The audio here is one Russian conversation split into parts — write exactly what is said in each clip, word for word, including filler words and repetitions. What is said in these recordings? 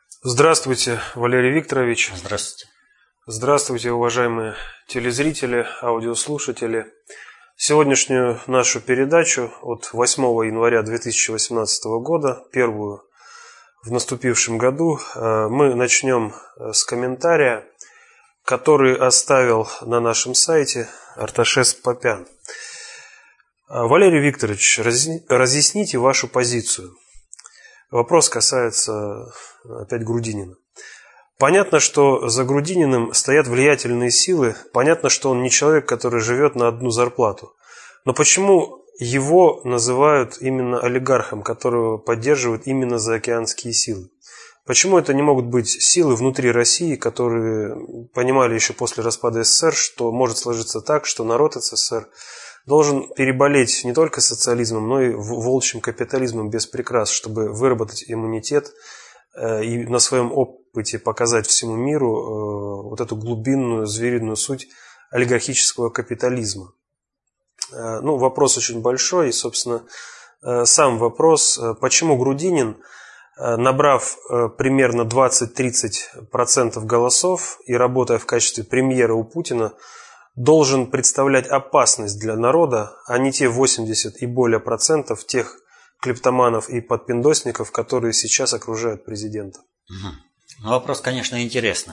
Здравствуйте, Валерий Викторович. Здравствуйте. Здравствуйте, уважаемые телезрители, аудиослушатели. Сегодняшнюю нашу передачу от восьмого января две тысячи восемнадцатого года, первую в наступившем году, мы начнем с комментария, который оставил на нашем сайте Арташес Попян. Валерий Викторович, разъясните вашу позицию. Вопрос касается опять Грудинина. Понятно, что за Грудининым стоят влиятельные силы. Понятно, что он не человек, который живет на одну зарплату. Но почему его называют именно олигархом, которого поддерживают именно заокеанские силы? Почему это не могут быть силы внутри России, которые понимали еще после распада СССР, что может сложиться так, что народ СССР должен переболеть не только социализмом, но и волчьим капитализмом без прикрас, чтобы выработать иммунитет и на своем опыте показать всему миру вот эту глубинную, звериную суть олигархического капитализма. Ну, вопрос очень большой, и, собственно, сам вопрос, почему Грудинин, набрав примерно двадцать-тридцать процентов голосов и работая в качестве премьера у Путина, должен представлять опасность для народа, а не те восемьдесят и более процентов тех клептоманов и подпиндосников, которые сейчас окружают президента. Угу. Вопрос, конечно, интересный.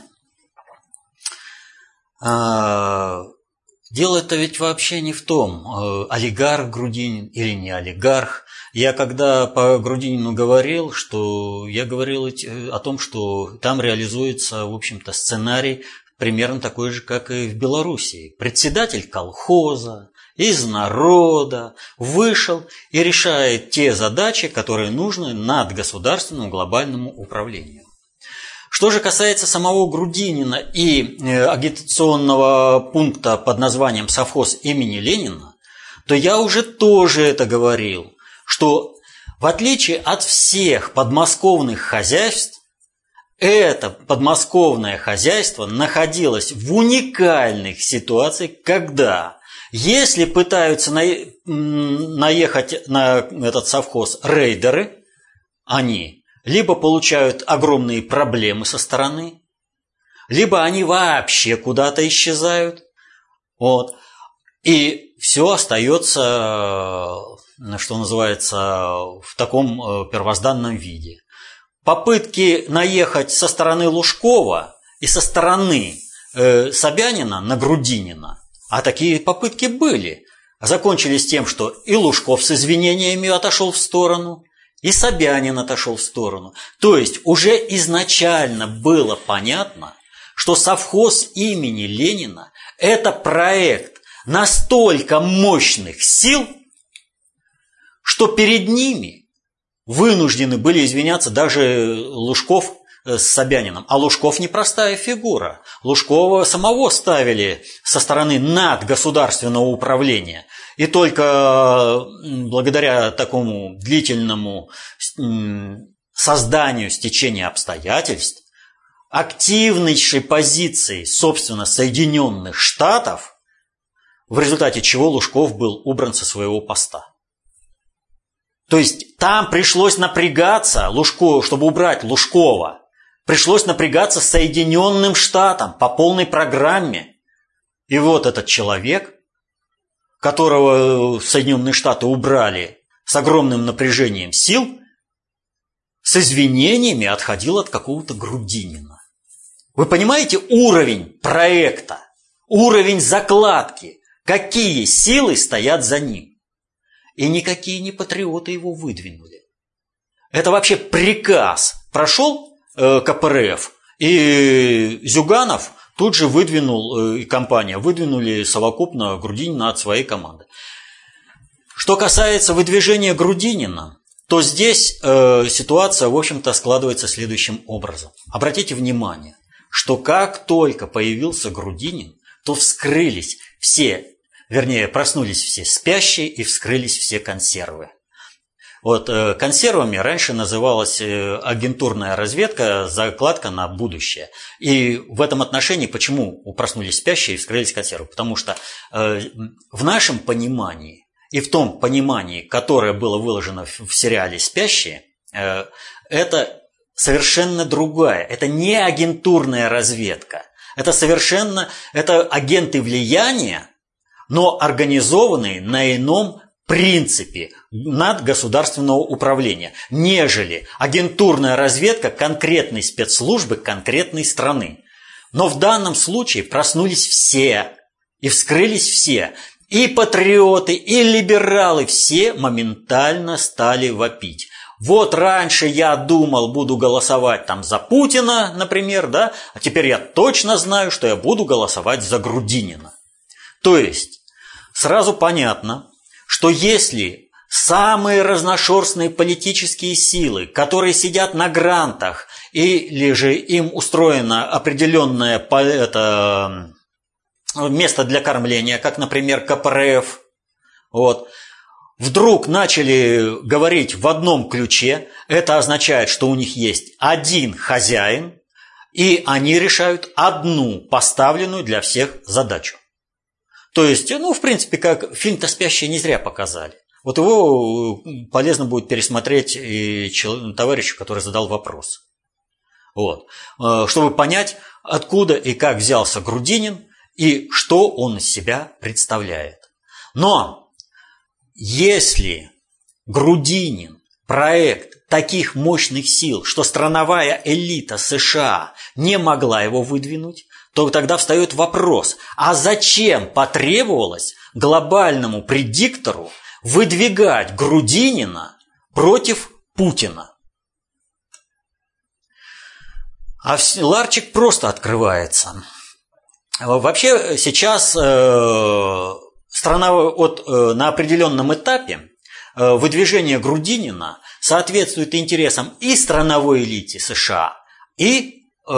А, дело-то ведь вообще не в том, олигарх Грудинин или не олигарх. Я когда по Грудинину говорил, что я говорил о том, что там реализуется, в общем-то, сценарий примерно такой же, как и в Белоруссии. Председатель колхоза из народа вышел и решает те задачи, которые нужны надгосударственному глобальному управлению. Что же касается самого Грудинина и агитационного пункта под названием «Совхоз имени Ленина», то я уже тоже это говорил, что в отличие от всех подмосковных хозяйств, это подмосковное хозяйство находилось в уникальных ситуациях, когда, если пытаются наехать на этот совхоз рейдеры, они либо получают огромные проблемы со стороны, либо они вообще куда-то исчезают. Вот. И все остается, что называется, в таком первозданном виде. Попытки наехать со стороны Лужкова и со стороны э, Собянина на Грудинина, а такие попытки были, закончились тем, что и Лужков с извинениями отошел в сторону, и Собянин отошел в сторону. То есть уже изначально было понятно, что совхоз имени Ленина – это проект настолько мощных сил, что перед ними вынуждены были извиняться даже Лужков с Собяниным. А Лужков непростая фигура. Лужкова самого ставили со стороны надгосударственного управления. И только благодаря такому длительному созданию стечения обстоятельств, активнейшей позиции, собственно, Соединенных Штатов, в результате чего Лужков был убран со своего поста. То есть там пришлось напрягаться, Лужков, чтобы убрать Лужкова, пришлось напрягаться Соединенным Штатам по полной программе. И вот этот человек, которого Соединенные Штаты убрали с огромным напряжением сил, с извинениями отходил от какого-то Грудинина. Вы понимаете уровень проекта, уровень закладки, какие силы стоят за ним? И никакие не патриоты его выдвинули. Это вообще приказ прошел э, ка пэ эр эф, и Зюганов тут же выдвинул, э, и компания выдвинули совокупно Грудинина от своей команды. Что касается выдвижения Грудинина, то здесь э, ситуация, в общем-то, складывается следующим образом. Обратите внимание, что как только появился Грудинин, то вскрылись все, вернее, проснулись все спящие и вскрылись все консервы. Вот э, консервами раньше называлась э, агентурная разведка, закладка на будущее. И в этом отношении почему проснулись спящие и вскрылись консервы? Потому что э, в нашем понимании и в том понимании, которое было выложено в, в сериале «Спящие», э, это совершенно другая. Это не агентурная разведка. Это совершенно, это агенты влияния, но организованные на ином принципе надгосударственного управления, нежели агентурная разведка конкретной спецслужбы конкретной страны. Но в данном случае проснулись все и вскрылись все. И патриоты, и либералы, все моментально стали вопить. Вот раньше я думал, буду голосовать там за Путина, например, да, а теперь я точно знаю, что я буду голосовать за Грудинина. То есть сразу понятно, что если самые разношерстные политические силы, которые сидят на грантах, или же им устроено определенное это, место для кормления, как, например, ка пэ эр эф, вот, вдруг начали говорить в одном ключе, это означает, что у них есть один хозяин, и они решают одну поставленную для всех задачу. То есть, ну, в принципе, как фильм-то «Спящие» не зря показали. Вот его полезно будет пересмотреть и товарищу, который задал вопрос. Вот. Чтобы понять, откуда и как взялся Грудинин, и что он из себя представляет. Но если Грудинин проект таких мощных сил, что страновая элита США не могла его выдвинуть, то тогда встает вопрос, а зачем потребовалось глобальному предиктору выдвигать Грудинина против Путина? А ларчик просто открывается. Вообще сейчас э, страна вот, э, на определенном этапе э, выдвижение Грудинина соответствует интересам и страновой элите США, и э,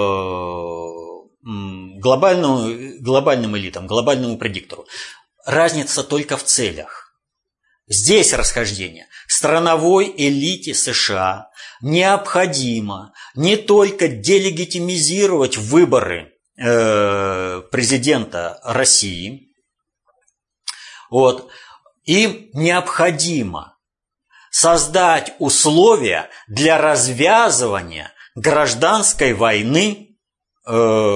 глобальному, глобальным элитам, глобальному предиктору. Разница только в целях. Здесь расхождение. Страновой элите США необходимо не только делегитимизировать выборы э, президента России, вот, им необходимо создать условия для развязывания гражданской войны э,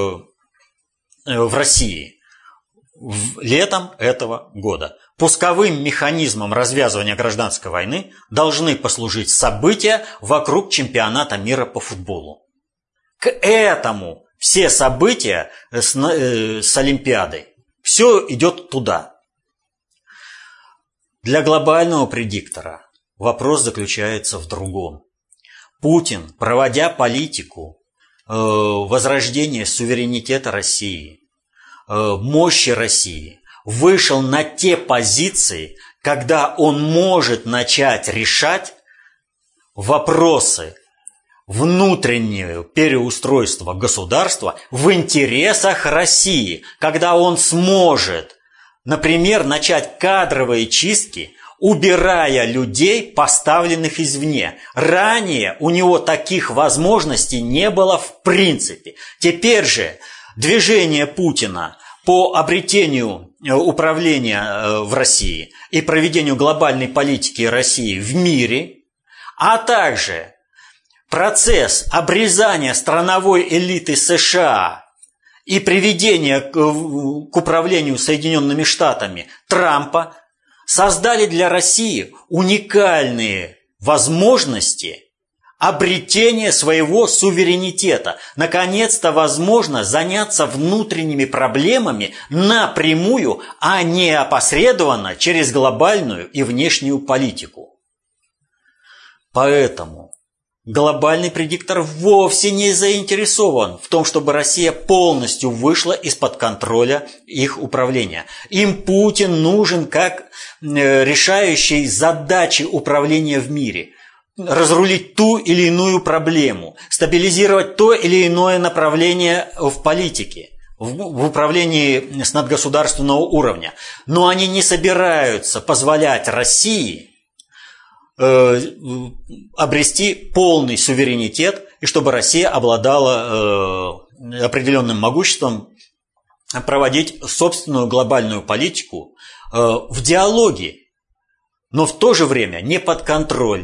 в России летом этого года. Пусковым механизмом развязывания гражданской войны должны послужить события вокруг чемпионата мира по футболу. К этому все события с, э, с Олимпиадой. Все идет туда. Для глобального предиктора вопрос заключается в другом. Путин, проводя политику э, возрождения суверенитета России, э, мощи России, вышел на те позиции, когда он может начать решать вопросы внутреннего переустройства государства в интересах России, когда он сможет, например, начать кадровые чистки, убирая людей, поставленных извне. Ранее у него таких возможностей не было в принципе. Теперь же движение Путина по обретению управления в России и проведению глобальной политики России в мире, а также процесс обрезания страновой элиты США и приведения к управлению Соединенными Штатами Трампа создали для России уникальные возможности обретения своего суверенитета. Наконец-то возможно заняться внутренними проблемами напрямую, а не опосредованно через глобальную и внешнюю политику. Поэтому глобальный предиктор вовсе не заинтересован в том, чтобы Россия полностью вышла из-под контроля их управления. Им Путин нужен как решающий задачи управления в мире. Разрулить ту или иную проблему, стабилизировать то или иное направление в политике, в управлении с надгосударственного уровня. Но они не собираются позволять России э, обрести полный суверенитет, и чтобы Россия обладала э, определенным могуществом проводить собственную глобальную политику э, в диалоге, но в то же время не подконтрольно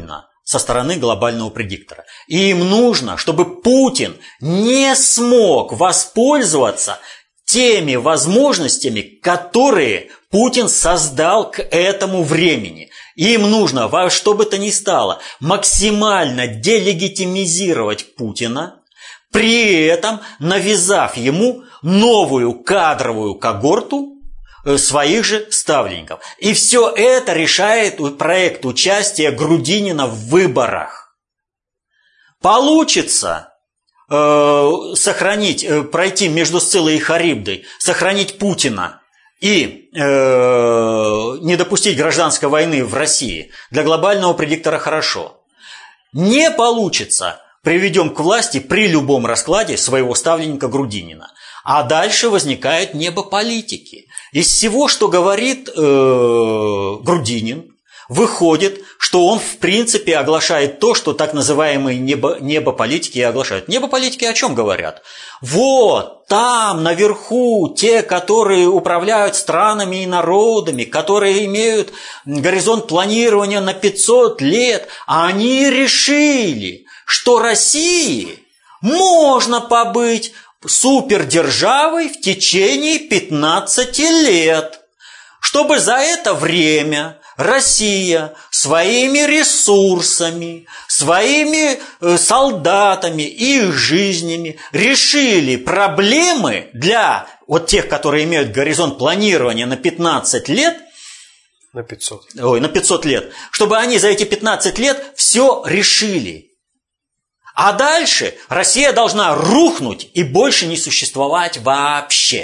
со стороны глобального предиктора. И им нужно, чтобы Путин не смог воспользоваться теми возможностями, которые Путин создал к этому времени. Им нужно во что бы то ни стало максимально делегитимизировать Путина, при этом навязав ему новую кадровую когорту своих же ставленников. И все это решает проект участия Грудинина в выборах. Получится э, сохранить, э, пройти между Сциллой и Харибдой, сохранить Путина и э, не допустить гражданской войны в России. Для глобального предиктора хорошо. Не получится, приведем к власти при любом раскладе своего ставленника Грудинина. А дальше возникает небо политики. Из всего, что говорит э, Грудинин, выходит, что он в принципе оглашает то, что так называемые небо, небо политики и оглашают. Небо политики о чем говорят? Вот там наверху те, которые управляют странами и народами, которые имеют горизонт планирования на пятьсот лет, они решили, что России можно побыть супердержавой в течение пятнадцати лет, чтобы за это время Россия своими ресурсами, своими солдатами и их жизнями решили проблемы для вот тех, которые имеют горизонт планирования на пятнадцать лет, на пятьсот. Ой, на пятьсот лет, чтобы они за эти пятнадцать лет все решили. А дальше Россия должна рухнуть и больше не существовать вообще.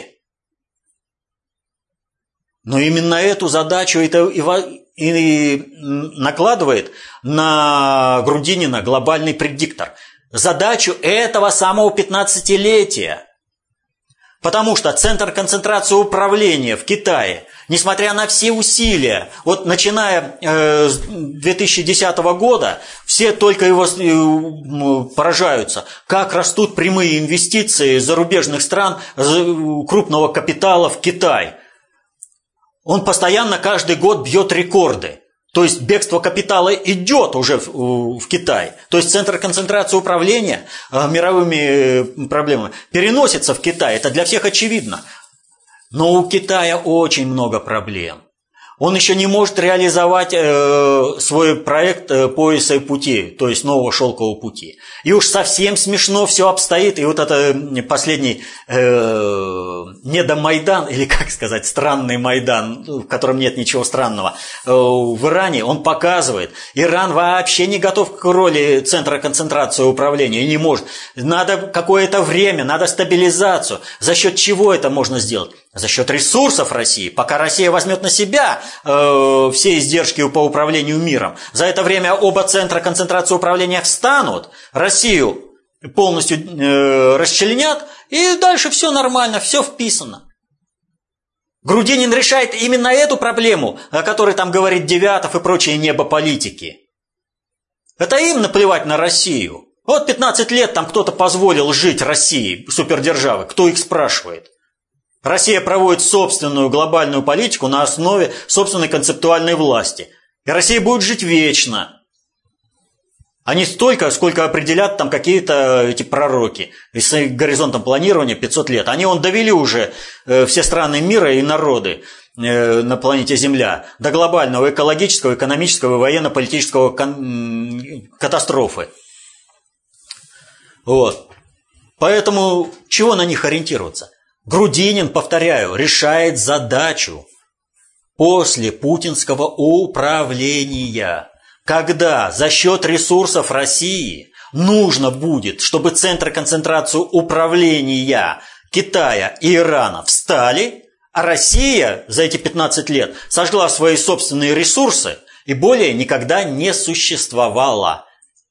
Но именно эту задачу это и накладывает на Грудинина глобальный предиктор. Задачу этого самого пятнадцатилетия. Потому что центр концентрации управления в Китае, несмотря на все усилия, вот начиная э, с две тысячи десятого года, все только его э, поражаются, как растут прямые инвестиции зарубежных стран, крупного капитала в Китай. Он постоянно каждый год бьет рекорды. То есть бегство капитала идет уже в, в Китай. То есть центр концентрации управления э, мировыми проблемами переносится в Китай. Это для всех очевидно. Но у Китая очень много проблем. Он еще не может реализовать э, свой проект э, пояса и пути, то есть нового шелкового пути. И уж совсем смешно все обстоит. И вот это последний э, недомайдан, или как сказать, странный Майдан, в котором нет ничего странного, э, в Иране, он показывает, Иран вообще не готов к роли центра концентрации управления и не может. Надо какое-то время, надо стабилизацию. За счет чего это можно сделать? За счет ресурсов России. Пока Россия возьмет на себя э, все издержки по управлению миром, за это время оба центра концентрации управления встанут, Россию полностью э, расчленят, и дальше все нормально, все вписано. Грудинин решает именно эту проблему, о которой там говорит Девятов и прочие небополитики. Это им наплевать на Россию. Вот пятнадцать лет там кто-то позволил жить России, супердержавы, кто их спрашивает? Россия проводит собственную глобальную политику на основе собственной концептуальной власти. И Россия будет жить вечно. А не столько, сколько определят там какие-то эти пророки с горизонтом планирования пятьсот лет. Они он довели уже э, все страны мира и народы э, на планете Земля до глобального экологического, экономического и военно-политического кон- катастрофы. Вот. Поэтому чего на них ориентироваться? Грудинин, повторяю, решает задачу после путинского управления, когда за счет ресурсов России нужно будет, чтобы центры концентрации управления Китая и Ирана встали, а Россия за эти пятнадцать лет сожгла свои собственные ресурсы и более никогда не существовала.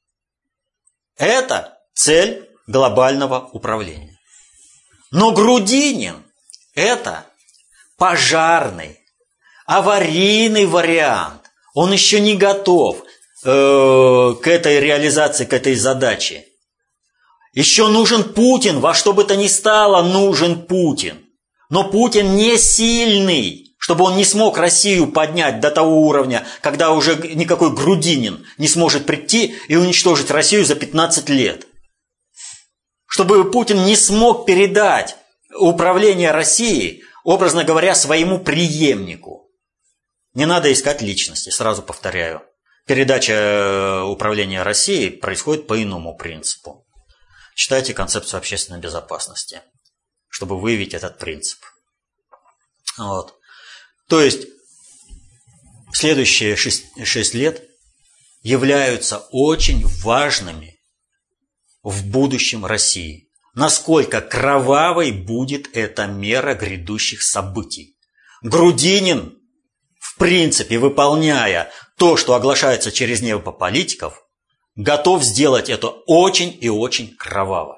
Это цель глобального управления. Но Грудинин – это пожарный, аварийный вариант. Он еще не готов э, к этой реализации, к этой задаче. Еще нужен Путин, во что бы то ни стало нужен Путин. Но Путин не сильный, чтобы он не смог Россию поднять до того уровня, когда уже никакой Грудинин не сможет прийти и уничтожить Россию за пятнадцать лет. Чтобы Путин не смог передать управление Россией, образно говоря, своему преемнику. Не надо искать личности, сразу повторяю. Передача управления Россией происходит по иному принципу. Читайте концепцию общественной безопасности, чтобы выявить этот принцип. Вот. То есть следующие шесть лет являются очень важными в будущем России. Насколько кровавой будет эта мера грядущих событий. Грудинин, в принципе, выполняя то, что оглашается через небо политиков, готов сделать это очень и очень кроваво.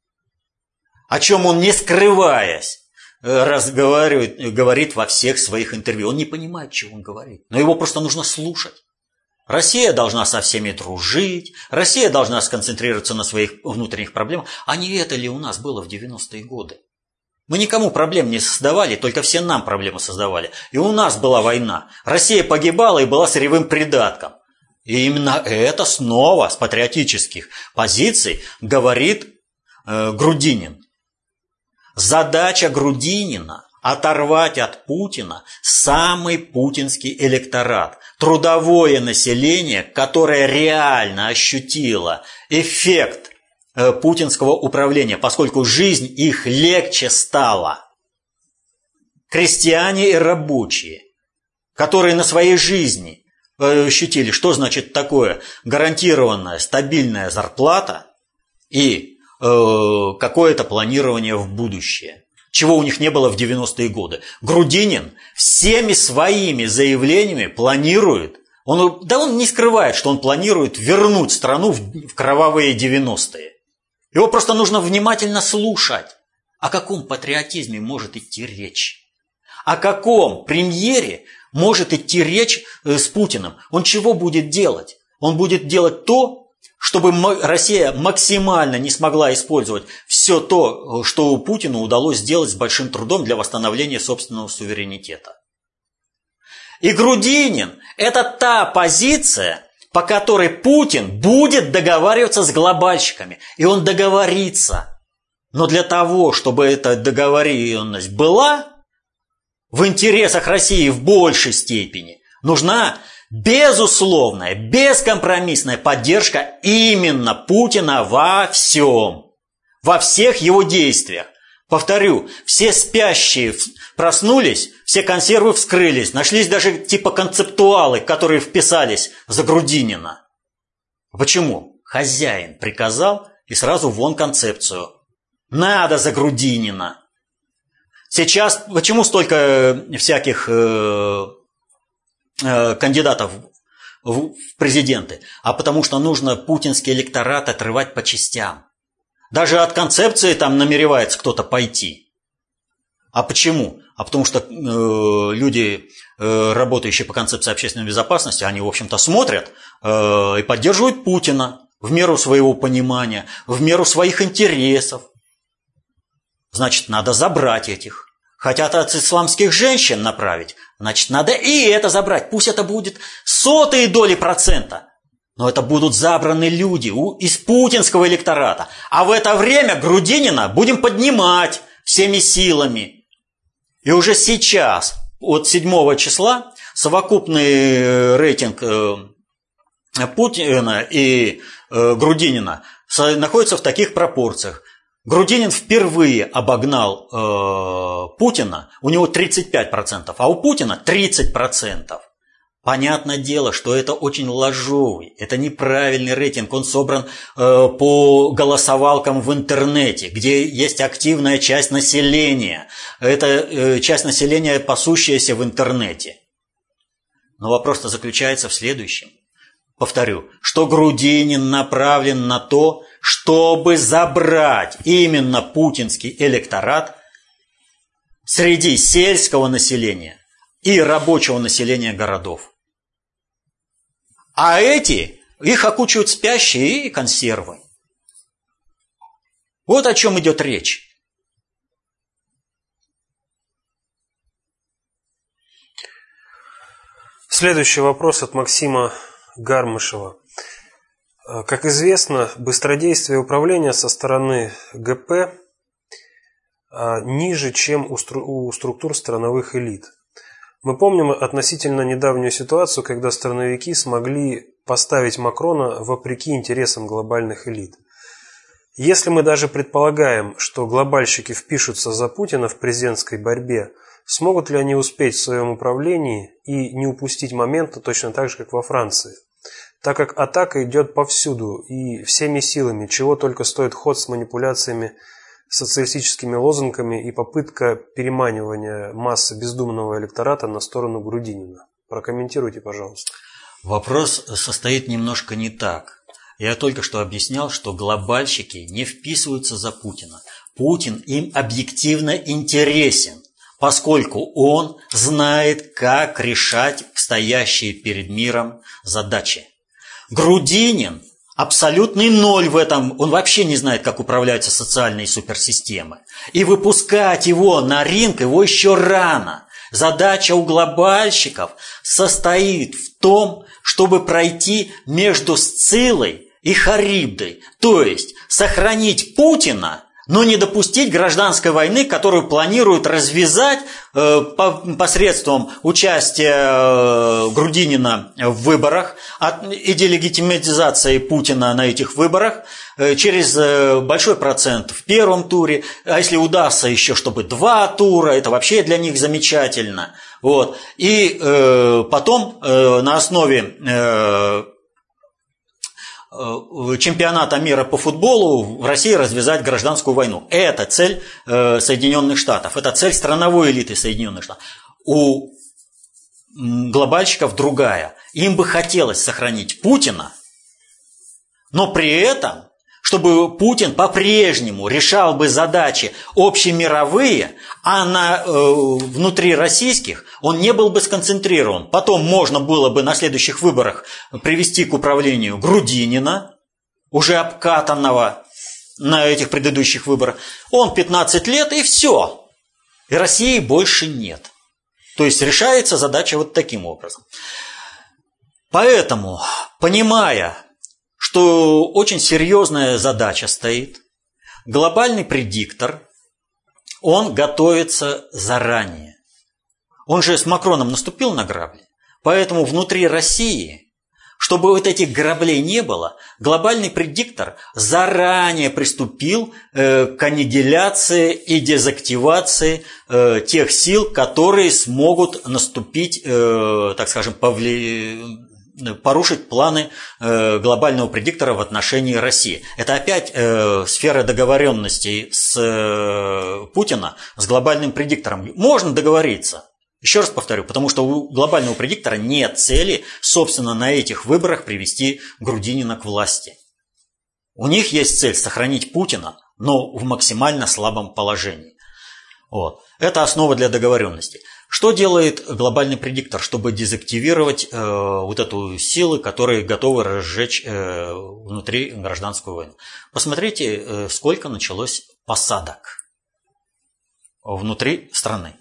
О чем он, не скрываясь, разговаривает, говорит во всех своих интервью. Он не понимает, чего он говорит, но его просто нужно слушать. Россия должна со всеми дружить, Россия должна сконцентрироваться на своих внутренних проблемах. А не это ли у нас было в девяностые годы? Мы никому проблем не создавали, только все нам проблемы создавали. И у нас была война. Россия погибала и была сырьевым придатком. И именно это снова с патриотических позиций говорит э, Грудинин. Задача Грудинина – оторвать от Путина самый путинский электорат, трудовое население, которое реально ощутило эффект э, путинского управления, поскольку жизнь их легче стала. Крестьяне и рабочие, которые на своей жизни э, ощутили, что значит такое гарантированная стабильная зарплата и э, какое-то планирование в будущее. Чего у них не было в девяностые годы. Грудинин всеми своими заявлениями планирует, он, да он не скрывает, что он планирует вернуть страну в, в кровавые девяностые. Его просто нужно внимательно слушать. О каком патриотизме может идти речь? О каком премьере может идти речь с Путиным? Он чего будет делать? Он будет делать то, чтобы Россия максимально не смогла использовать все то, что Путину удалось сделать с большим трудом для восстановления собственного суверенитета. И Грудинин – это та позиция, по которой Путин будет договариваться с глобальщиками. И он договорится. Но для того, чтобы эта договоренность была в интересах России в большей степени, нужна безусловная, бескомпромиссная поддержка именно Путина во всем, во всех его действиях. Повторю, все спящие проснулись, все консервы вскрылись, нашлись даже типа концептуалы, которые вписались за Грудинина. Почему? Хозяин приказал и сразу вон концепцию. Надо за Грудинина. Сейчас почему столько всяких э, э, кандидатов в президенты? А потому что нужно путинский электорат отрывать по частям. Даже от концепции там намеревается кто-то пойти. А почему? А потому что э, люди, э, работающие по концепции общественной безопасности, они, в общем-то, смотрят э, и поддерживают Путина в меру своего понимания, в меру своих интересов. Значит, надо забрать этих. Хотят от исламских женщин направить, значит, надо и это забрать. Пусть это будет сотые доли процента. Но это будут забраны люди из путинского электората. А в это время Грудинина будем поднимать всеми силами. И уже сейчас, от седьмого числа, совокупный рейтинг Путина и Грудинина находится в таких пропорциях. Грудинин впервые обогнал э, Путина, у него тридцать пять процентов, а у Путина тридцать процентов. Понятное дело, что это очень ложовый, это неправильный рейтинг, он собран э, по голосовалкам в интернете, где есть активная часть населения, это э, часть населения, пасущаяся в интернете. Но вопрос-то заключается в следующем. Повторю, что Грудинин направлен на то, чтобы забрать именно путинский электорат среди сельского населения и рабочего населения городов. А эти, их окучивают спящие и консервы. Вот о чем идет речь. Следующий вопрос от Максима Гармышева. Как известно, быстродействие управления со стороны ГП ниже, чем у структур страновых элит. Мы помним относительно недавнюю ситуацию, когда страновики смогли поставить Макрона вопреки интересам глобальных элит. Если мы даже предполагаем, что глобальщики впишутся за Путина в президентской борьбе, смогут ли они успеть в своем управлении и не упустить момента точно так же, как во Франции? Так как атака идет повсюду и всеми силами, чего только стоит ход с манипуляциями, социалистическими лозунгами и попытка переманивания массы бездумного электората на сторону Грудинина. Прокомментируйте, пожалуйста. Вопрос состоит немножко не так. Я только что объяснял, что глобальщики не вписываются за Путина. Путин им объективно интересен, поскольку он знает, как решать стоящие перед миром задачи. Грудинин абсолютный ноль в этом, он вообще не знает, как управляются социальные суперсистемы. И выпускать его на ринг его еще рано. Задача у глобальщиков состоит в том, чтобы пройти между Сциллой и Харибдой, то есть сохранить Путина, но не допустить гражданской войны, которую планируют развязать э, по, посредством участия э, Грудинина в выборах от, и делегитимизации Путина на этих выборах э, через э, большой процент в первом туре, а если удастся еще, чтобы два тура, это вообще для них замечательно. Вот. И э, потом э, на основе э, чемпионата мира по футболу в России развязать гражданскую войну. Это цель Соединенных Штатов, это цель страновой элиты Соединенных Штатов. У глобальщиков другая. Им бы хотелось сохранить Путина, но при этом, чтобы Путин по-прежнему решал бы задачи общемировые, а на, э, внутри российских он не был бы сконцентрирован. Потом можно было бы на следующих выборах привести к управлению Грудинина, уже обкатанного на этих предыдущих выборах. Он пятнадцать лет и все. И России больше нет. То есть решается задача вот таким образом. Поэтому, понимая, что очень серьезная задача стоит, глобальный предиктор, он готовится заранее. Он же с Макроном наступил на грабли. Поэтому внутри России, чтобы вот этих граблей не было, глобальный предиктор заранее приступил э, к аннигиляции и дезактивации э, тех сил, которые смогут наступить, э, так скажем, повли... порушить планы э, глобального предиктора в отношении России. Это опять э, сфера договоренностей с э, Путина, с глобальным предиктором. Можно договориться. Еще раз повторю, потому что у глобального предиктора нет цели, собственно, на этих выборах привести Грудинина к власти. У них есть цель сохранить Путина, но в максимально слабом положении. Вот. Это основа для договоренности. Что делает глобальный предиктор, чтобы дезактивировать э, вот эту силу, которые готовы разжечь э, внутри гражданскую войну? Посмотрите, э, сколько началось посадок внутри страны.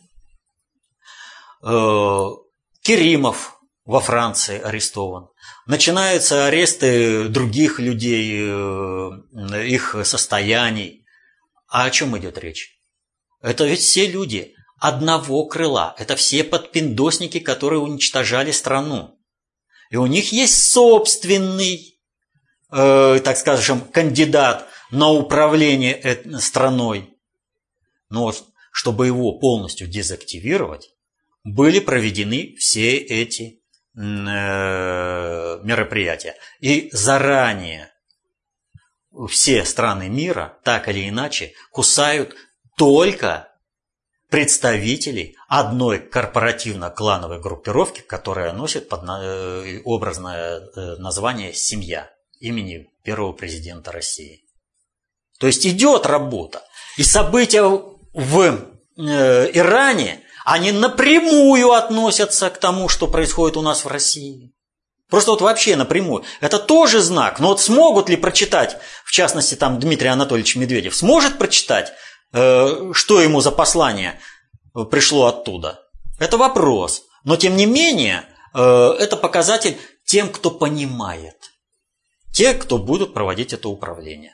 Э, Керимов во Франции арестован. Начинаются аресты других людей, э, их состояний. А о чем идет речь? Это ведь все люди одного крыла. Это все подпиндосники, которые уничтожали страну. И у них есть собственный, э, так скажем, кандидат на управление этой страной. Но чтобы его полностью дезактивировать, были проведены все эти э, мероприятия. И заранее все страны мира, так или иначе, кусают только представителей одной корпоративно-клановой группировки, которая носит под образное название «Семья» имени первого президента России. То есть идет работа. И события в Иране, они напрямую относятся к тому, что происходит у нас в России. Просто вот вообще напрямую. Это тоже знак. Но вот смогут ли прочитать, в частности, там Дмитрий Анатольевич Медведев, сможет прочитать, что ему за послание пришло оттуда? Это вопрос. Но тем не менее, Это показатель тем, кто понимает. Те, кто будут проводить это управление.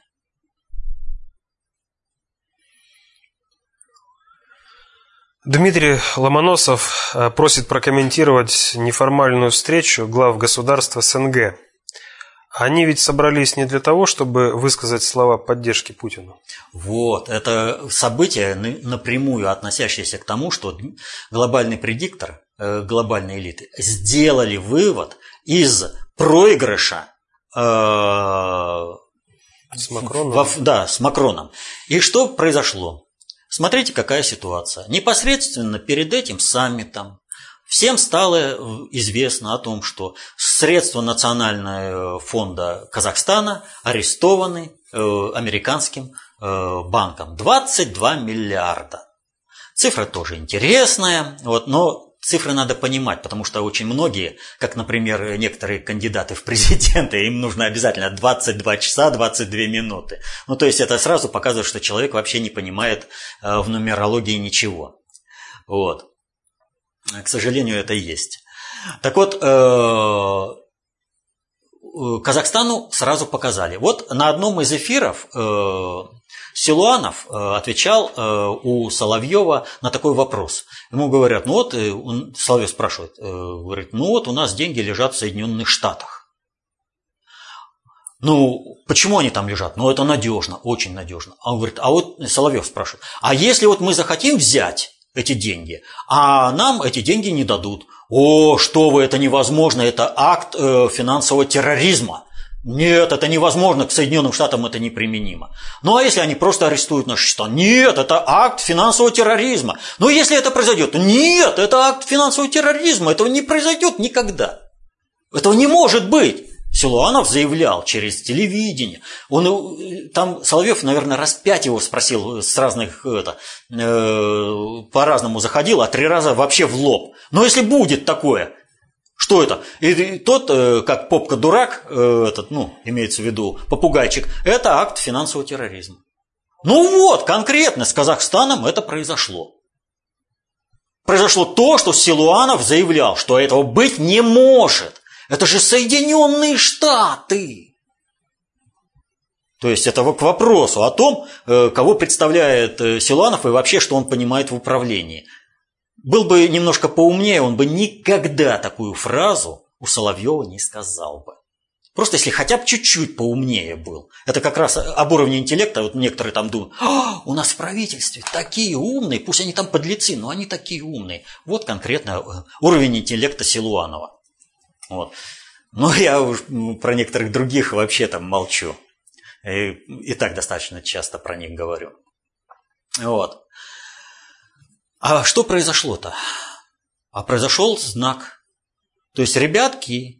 Дмитрий Ломоносов просит прокомментировать неформальную встречу глав государств СНГ. Они ведь собрались не для того, чтобы высказать слова поддержки Путину. Вот, это событие, напрямую относящееся к тому, что глобальный предиктор, глобальные элиты сделали вывод из проигрыша э, с Макроном. Во, да, с Макроном. И что произошло? Смотрите, какая ситуация. Непосредственно перед этим саммитом всем стало известно о том, что средства Национального фонда Казахстана арестованы э, американским э, банком. двадцать два миллиарда. Цифра тоже интересная, вот, но цифры надо понимать, потому что очень многие, как, например, некоторые кандидаты в президенты, им нужно обязательно двадцать два часа двадцать две минуты. Ну, то есть это сразу показывает, что человек вообще не понимает э, в нумерологии ничего. Вот. К сожалению, это есть. Так вот, э, Казахстану сразу показали. Вот на одном из эфиров э, Силуанов э, отвечал э, у Соловьева на такой вопрос. Ему говорят, ну вот, э, он, Соловьев спрашивает, э, говорит, ну вот у нас деньги лежат в Соединенных Штатах. Ну, почему они там лежат? Ну, это надежно, очень надежно. А он говорит, а вот Соловьев спрашивает, а если вот мы захотим взять эти деньги, а нам эти деньги не дадут? О, что вы, это невозможно, это акт э, финансового терроризма. Нет, это невозможно, к Соединенным Штатам это неприменимо. Ну а если они просто арестуют наши счета? Нет, это акт финансового терроризма. Но если это произойдет? Нет, это акт финансового терроризма, этого не произойдет никогда. Этого не может быть. Силуанов заявлял через телевидение. Он, там Соловьев, наверное, раз пять его спросил с разных, это, э, по-разному заходил, а три раза вообще в лоб. Но если будет такое, что это? И тот, э, как попка-дурак, э, этот, ну, имеется в виду попугайчик, это акт финансового терроризма. Ну вот, конкретно с Казахстаном это произошло. Произошло то, что Силуанов заявлял, что этого быть не может. Это же Соединенные Штаты. То есть это к вопросу о том, кого представляет Силуанов и вообще, что он понимает в управлении. Был бы немножко поумнее, он бы никогда такую фразу у Соловьева не сказал бы. Просто если хотя бы чуть-чуть поумнее был. Это как раз об уровне интеллекта. Вот некоторые там думают, а, у нас в правительстве такие умные, пусть они там подлецы, но они такие умные. Вот конкретно уровень интеллекта Силуанова. Вот. Но я уж про некоторых других вообще там молчу. И, и так достаточно часто про них говорю. Вот. А что произошло-то? А произошел знак. То есть, ребятки,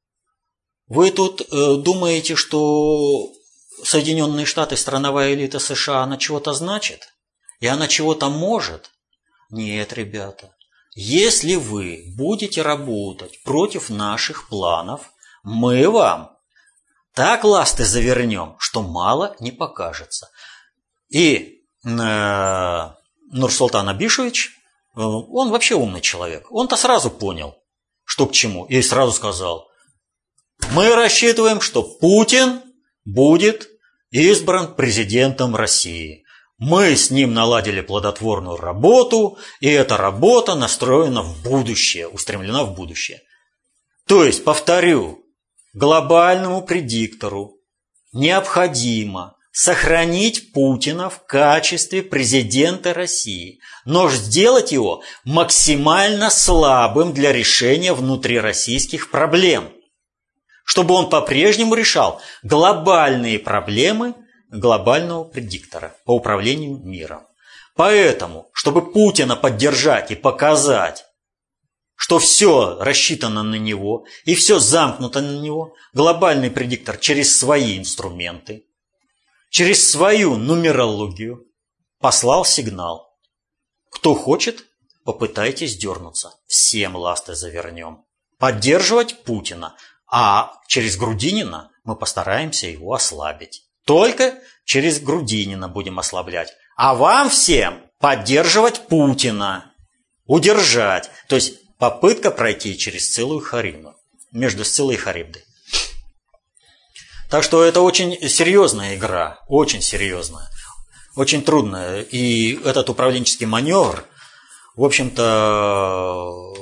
вы тут э, думаете, что Соединенные Штаты, страновая элита США, она чего-то значит? И она чего-то может? Нет, ребята. Если вы будете работать против наших планов, мы вам так ласты завернем, что мало не покажется. И э, Нурсултан Абишевич, э, он вообще умный человек. Он-то сразу понял, что к чему. И сразу сказал, мы рассчитываем, что Путин будет избран президентом России. Мы с ним наладили плодотворную работу, и эта работа настроена в будущее, устремлена в будущее. То есть, повторю, глобальному предиктору необходимо сохранить Путина в качестве президента России, но сделать его максимально слабым для решения внутрироссийских проблем, чтобы он по-прежнему решал глобальные проблемы глобального предиктора по управлению миром. Поэтому, чтобы Путина поддержать и показать, что все рассчитано на него и все замкнуто на него, глобальный предиктор через свои инструменты, через свою нумерологию послал сигнал. Кто хочет, попытайтесь дернуться. Всем ласты завернем. Поддерживать Путина, а через Грудинина мы постараемся его ослабить. Только через Грудинина будем ослаблять. А вам всем поддерживать Путина. Удержать. То есть попытка пройти через Сциллу и Харибду, между Сциллой и Харибдой. Так что это очень серьезная игра, очень серьезная, очень трудная. И этот управленческий маневр, в общем-то,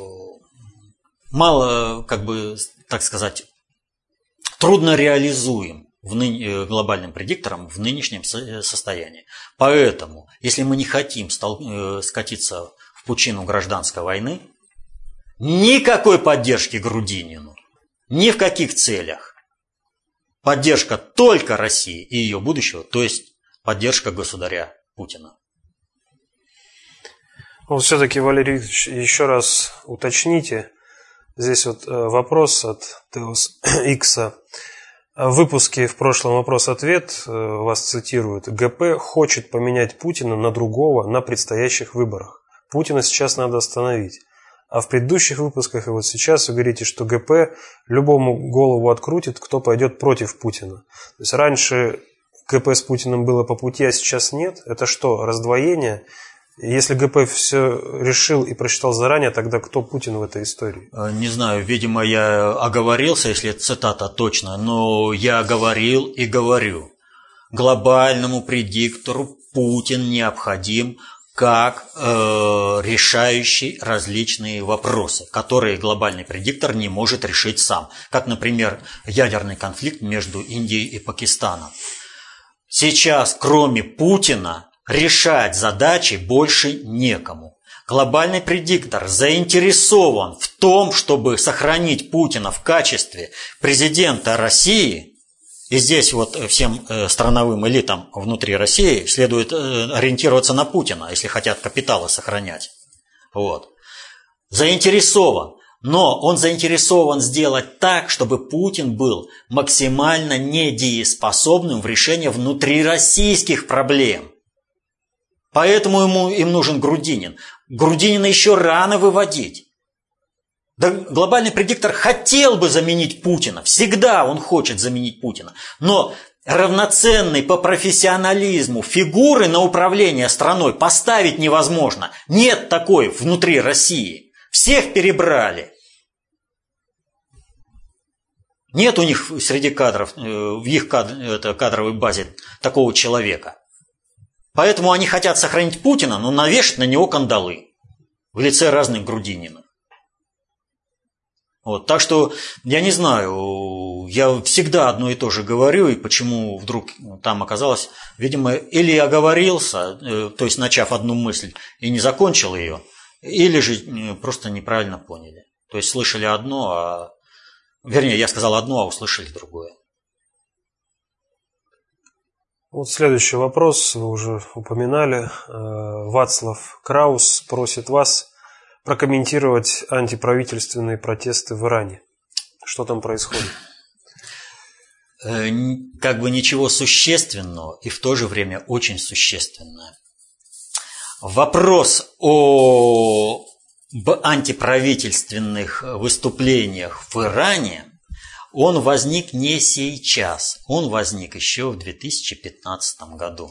мало, как бы, так сказать, трудно реализуем в ны... глобальным предиктором в нынешнем состоянии. Поэтому, если мы не хотим стол... скатиться в пучину гражданской войны, никакой поддержки Грудинину, ни в каких целях. Поддержка только России и ее будущего, то есть поддержка государя Путина. Вот все-таки, Валерий Викторович, еще раз уточните. Здесь вот вопрос от Теос Икса. В выпуске в прошлом вопрос-ответ вас цитируют. ГП хочет поменять Путина на другого на предстоящих выборах. Путина сейчас надо остановить. А в предыдущих выпусках и вот сейчас вы говорите, что ГП любому голову открутит, кто пойдет против Путина. То есть раньше ГП с Путиным было по пути, а сейчас нет. Это что, раздвоение? Если ГП все решил и просчитал заранее, тогда кто Путин в этой истории? Не знаю, видимо, я оговорился, если цитата точная, но я говорил и говорю. Глобальному предиктору Путин необходим как э, решающий различные вопросы, которые глобальный предиктор не может решить сам. Как, например, ядерный конфликт между Индией и Пакистаном. Сейчас, кроме Путина, решать задачи больше некому. Глобальный предиктор заинтересован в том, чтобы сохранить Путина в качестве президента России. И здесь вот всем страновым элитам внутри России следует ориентироваться на Путина, если хотят капиталы сохранять. Вот. Заинтересован. Но он заинтересован сделать так, чтобы Путин был максимально недееспособным в решении внутрироссийских проблем. Поэтому ему, им нужен Грудинин. Грудинина еще рано выводить. Да, глобальный предиктор хотел бы заменить Путина. Всегда он хочет заменить Путина. Но равноценной по профессионализму фигуры на управление страной поставить невозможно. Нет такой внутри России. Всех перебрали. Нет у них среди кадров, в их кадровой базе такого человека. Поэтому они хотят сохранить Путина, но навешать на него кандалы в лице разных Грудининов. Вот, так что, я не знаю, я всегда одно и то же говорю, и почему вдруг там оказалось, видимо, или оговорился, то есть начав одну мысль и не закончил ее, или же просто неправильно поняли. То есть слышали одно, а... вернее, я сказал одно, а услышали другое. Вот следующий вопрос, вы уже упоминали. Вацлав Краус просит вас прокомментировать антиправительственные протесты в Иране. Что там происходит? Как бы ничего существенного и в то же время очень существенное. Вопрос о антиправительственных выступлениях в Иране, он возник не сейчас, он возник еще в две тысячи пятнадцатом году.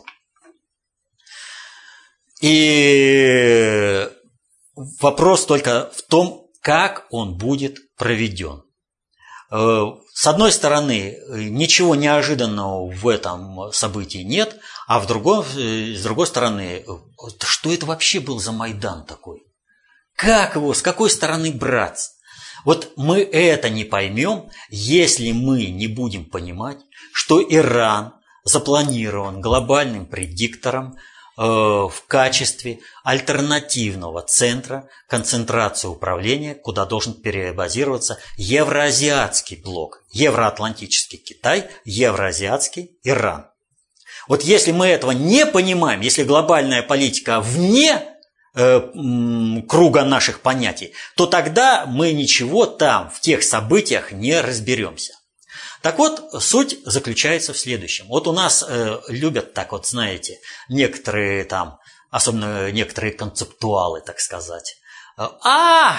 И вопрос только в том, как он будет проведен. С одной стороны, ничего неожиданного в этом событии нет, а в другом, с другой стороны, что это вообще был за Майдан такой? Как его, с какой стороны брать? Вот мы это не поймем, если мы не будем понимать, что Иран запланирован глобальным предиктором э, в качестве альтернативного центра концентрации управления, куда должен перебазироваться евроазиатский блок, евроатлантический Китай, евроазиатский Иран. Вот если мы этого не понимаем, если глобальная политика вне круга наших понятий, то тогда мы ничего там, в тех событиях не разберемся. Так вот, суть заключается в следующем. Вот у нас э, любят так вот, знаете, некоторые там, особенно некоторые концептуалы, так сказать. А,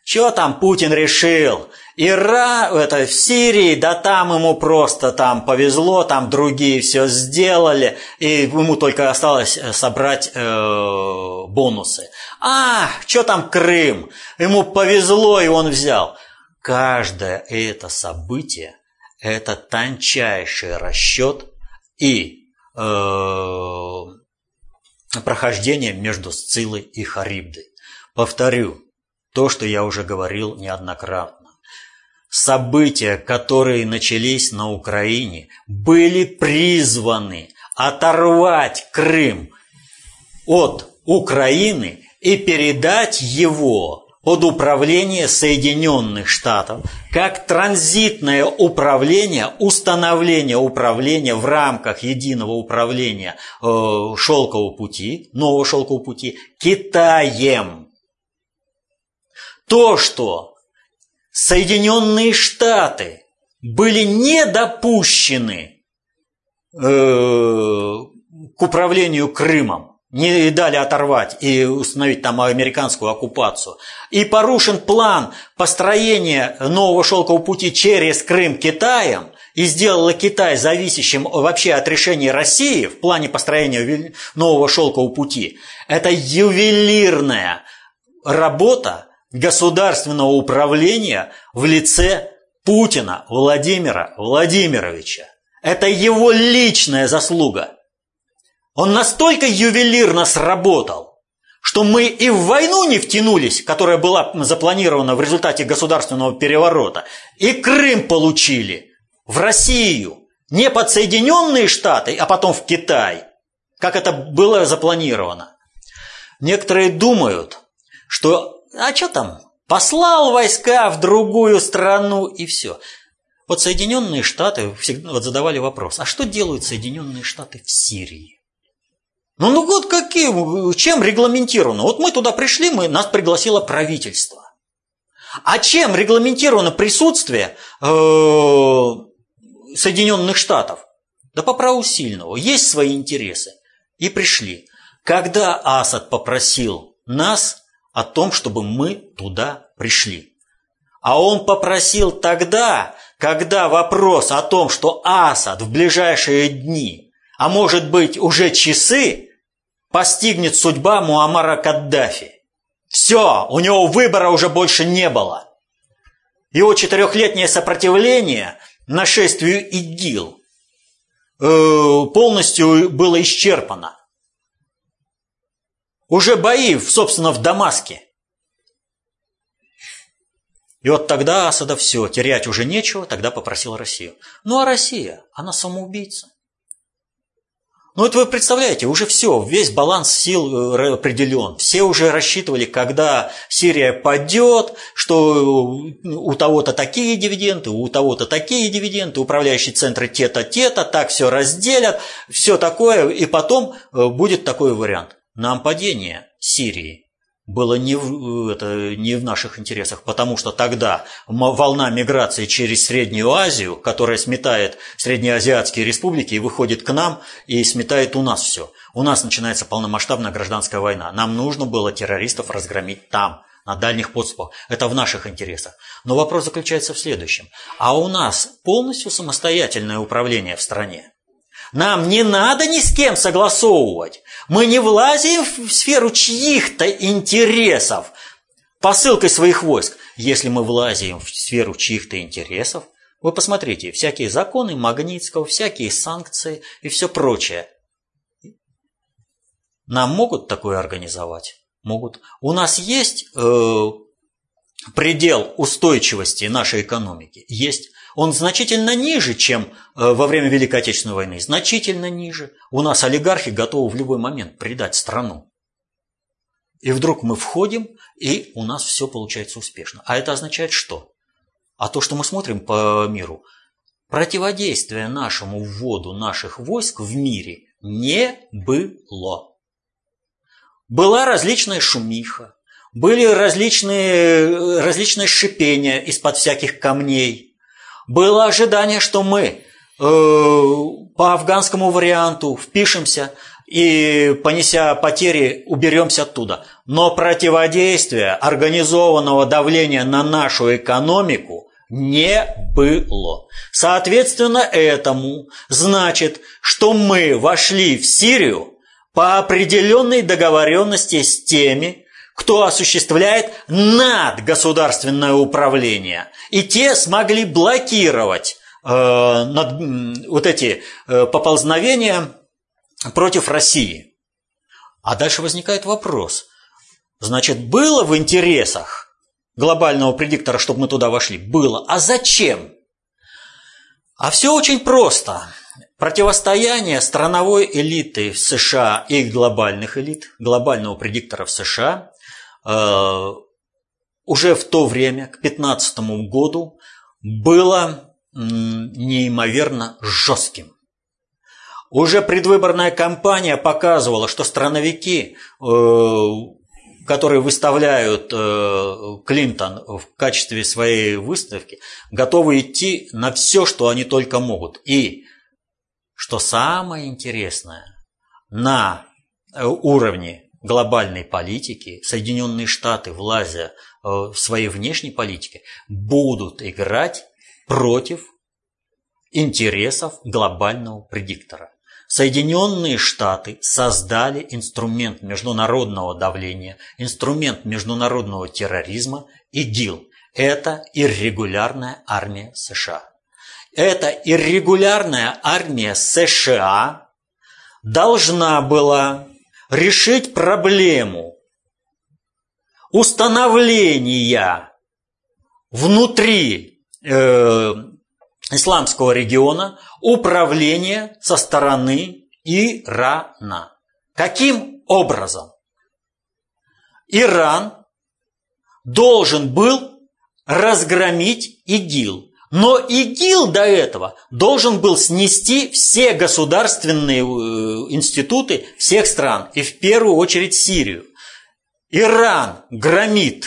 Что там Путин решил? Ира, это в Сирии, да там ему просто там повезло, там другие все сделали, и ему только осталось собрать э, бонусы. А, что там Крым? Ему повезло, и он взял. Каждое это событие – это тончайший расчет и э, прохождение между Сциллой и Харибдой. Повторю то, что я уже говорил неоднократно. События, которые начались на Украине, были призваны оторвать Крым от Украины и передать его под управление Соединенных Штатов как транзитное управление, установление управления в рамках единого управления э, шелкового пути, нового шелкового пути, Китаем. То, что Соединенные Штаты были не допущены э, к управлению Крымом, не дали оторвать и установить там американскую оккупацию, и порушен план построения нового шелкового пути через Крым Китаем, и сделала Китай зависящим вообще от решения России в плане построения нового шелкового пути, это ювелирная работа государственного управления в лице Путина Владимира Владимировича. Это его личная заслуга. Он настолько ювелирно сработал, что мы и в войну не втянулись, которая была запланирована в результате государственного переворота, и Крым получили в Россию, не под Соединенные Штаты, а потом в Китай, как это было запланировано. Некоторые думают, что а что там, послал войска в другую страну и все. Вот Соединенные Штаты всегда вот задавали вопрос, а что делают Соединенные Штаты в Сирии? Ну, ну вот каким, чем регламентировано? Вот мы туда пришли, мы, нас пригласило правительство. А чем регламентировано присутствие э, Соединенных Штатов? Да по праву сильного, есть свои интересы. И пришли. Когда Асад попросил нас о том, чтобы мы туда пришли. А он попросил тогда, когда вопрос о том, что Асад в ближайшие дни, а может быть уже часы, постигнет судьба Муаммара Каддафи. Все, у него выбора уже больше не было. Его четырехлетнее сопротивление нашествию ИГИЛ э, полностью было исчерпано. Уже бои, собственно, в Дамаске. И вот тогда Асада все, терять уже нечего, тогда попросил Россию. Ну а Россия, она самоубийца. Ну это вы представляете, уже все, весь баланс сил определен. Все уже рассчитывали, когда Сирия падет, что у того-то такие дивиденды, у того-то такие дивиденды, управляющие центры те-то, те-то, так все разделят, все такое, и потом будет такой вариант. Нам падение Сирии было не в, это, не в наших интересах, потому что тогда волна миграции через Среднюю Азию, которая сметает среднеазиатские республики и выходит к нам и сметает у нас все. У нас начинается полномасштабная гражданская война. Нам нужно было террористов разгромить там, на дальних подступах. Это в наших интересах. Но вопрос заключается в следующем. А у нас полностью самостоятельное управление в стране. Нам не надо ни с кем согласовывать. Мы не влазим в сферу чьих-то интересов посылкой своих войск. Если мы влазим в сферу чьих-то интересов, вы посмотрите, всякие законы Магнитского, всякие санкции и все прочее. Нам могут такое организовать? Могут. У нас есть э, предел устойчивости нашей экономики? Есть. Он значительно ниже, чем во время Великой Отечественной войны. Значительно ниже. У нас олигархи готовы в любой момент предать страну. И вдруг мы входим, и у нас все получается успешно. А это означает что? А то, что мы смотрим по миру, противодействия нашему вводу наших войск в мире не было. Была различная шумиха, были различные, различные шипения из-под всяких камней. Было ожидание, что мы э, по афганскому варианту впишемся и, понеся потери, уберемся оттуда. Но противодействия, организованного давления на нашу экономику не было. Соответственно этому значит, что мы вошли в Сирию по определенной договоренности с теми, кто осуществляет надгосударственное управление. И те смогли блокировать э, над, вот эти э, поползновения против России. А дальше возникает вопрос. Значит, было в интересах глобального предиктора, чтобы мы туда вошли? Было. А зачем? А все очень просто. Противостояние страновой элиты в США и глобальных элит, глобального предиктора в США, э, уже в то время, к две тысячи пятнадцатому году, было неимоверно жестким. Уже предвыборная кампания показывала, что страновики, которые выставляют Клинтон в качестве своей выставки, готовы идти на все, что они только могут. И, что самое интересное, на уровне глобальной политики Соединенные Штаты, влазя в своей внешней политике, будут играть против интересов глобального предиктора. Соединенные Штаты создали инструмент международного давления, инструмент международного терроризма ИГИЛ. Это иррегулярная армия США. Эта иррегулярная армия США должна была решить проблему установления внутри э, исламского региона управления со стороны Ирана. Каким образом? Иран должен был разгромить ИГИЛ. Но ИГИЛ до этого должен был снести все государственные институты всех стран, и в первую очередь Сирию. Иран громит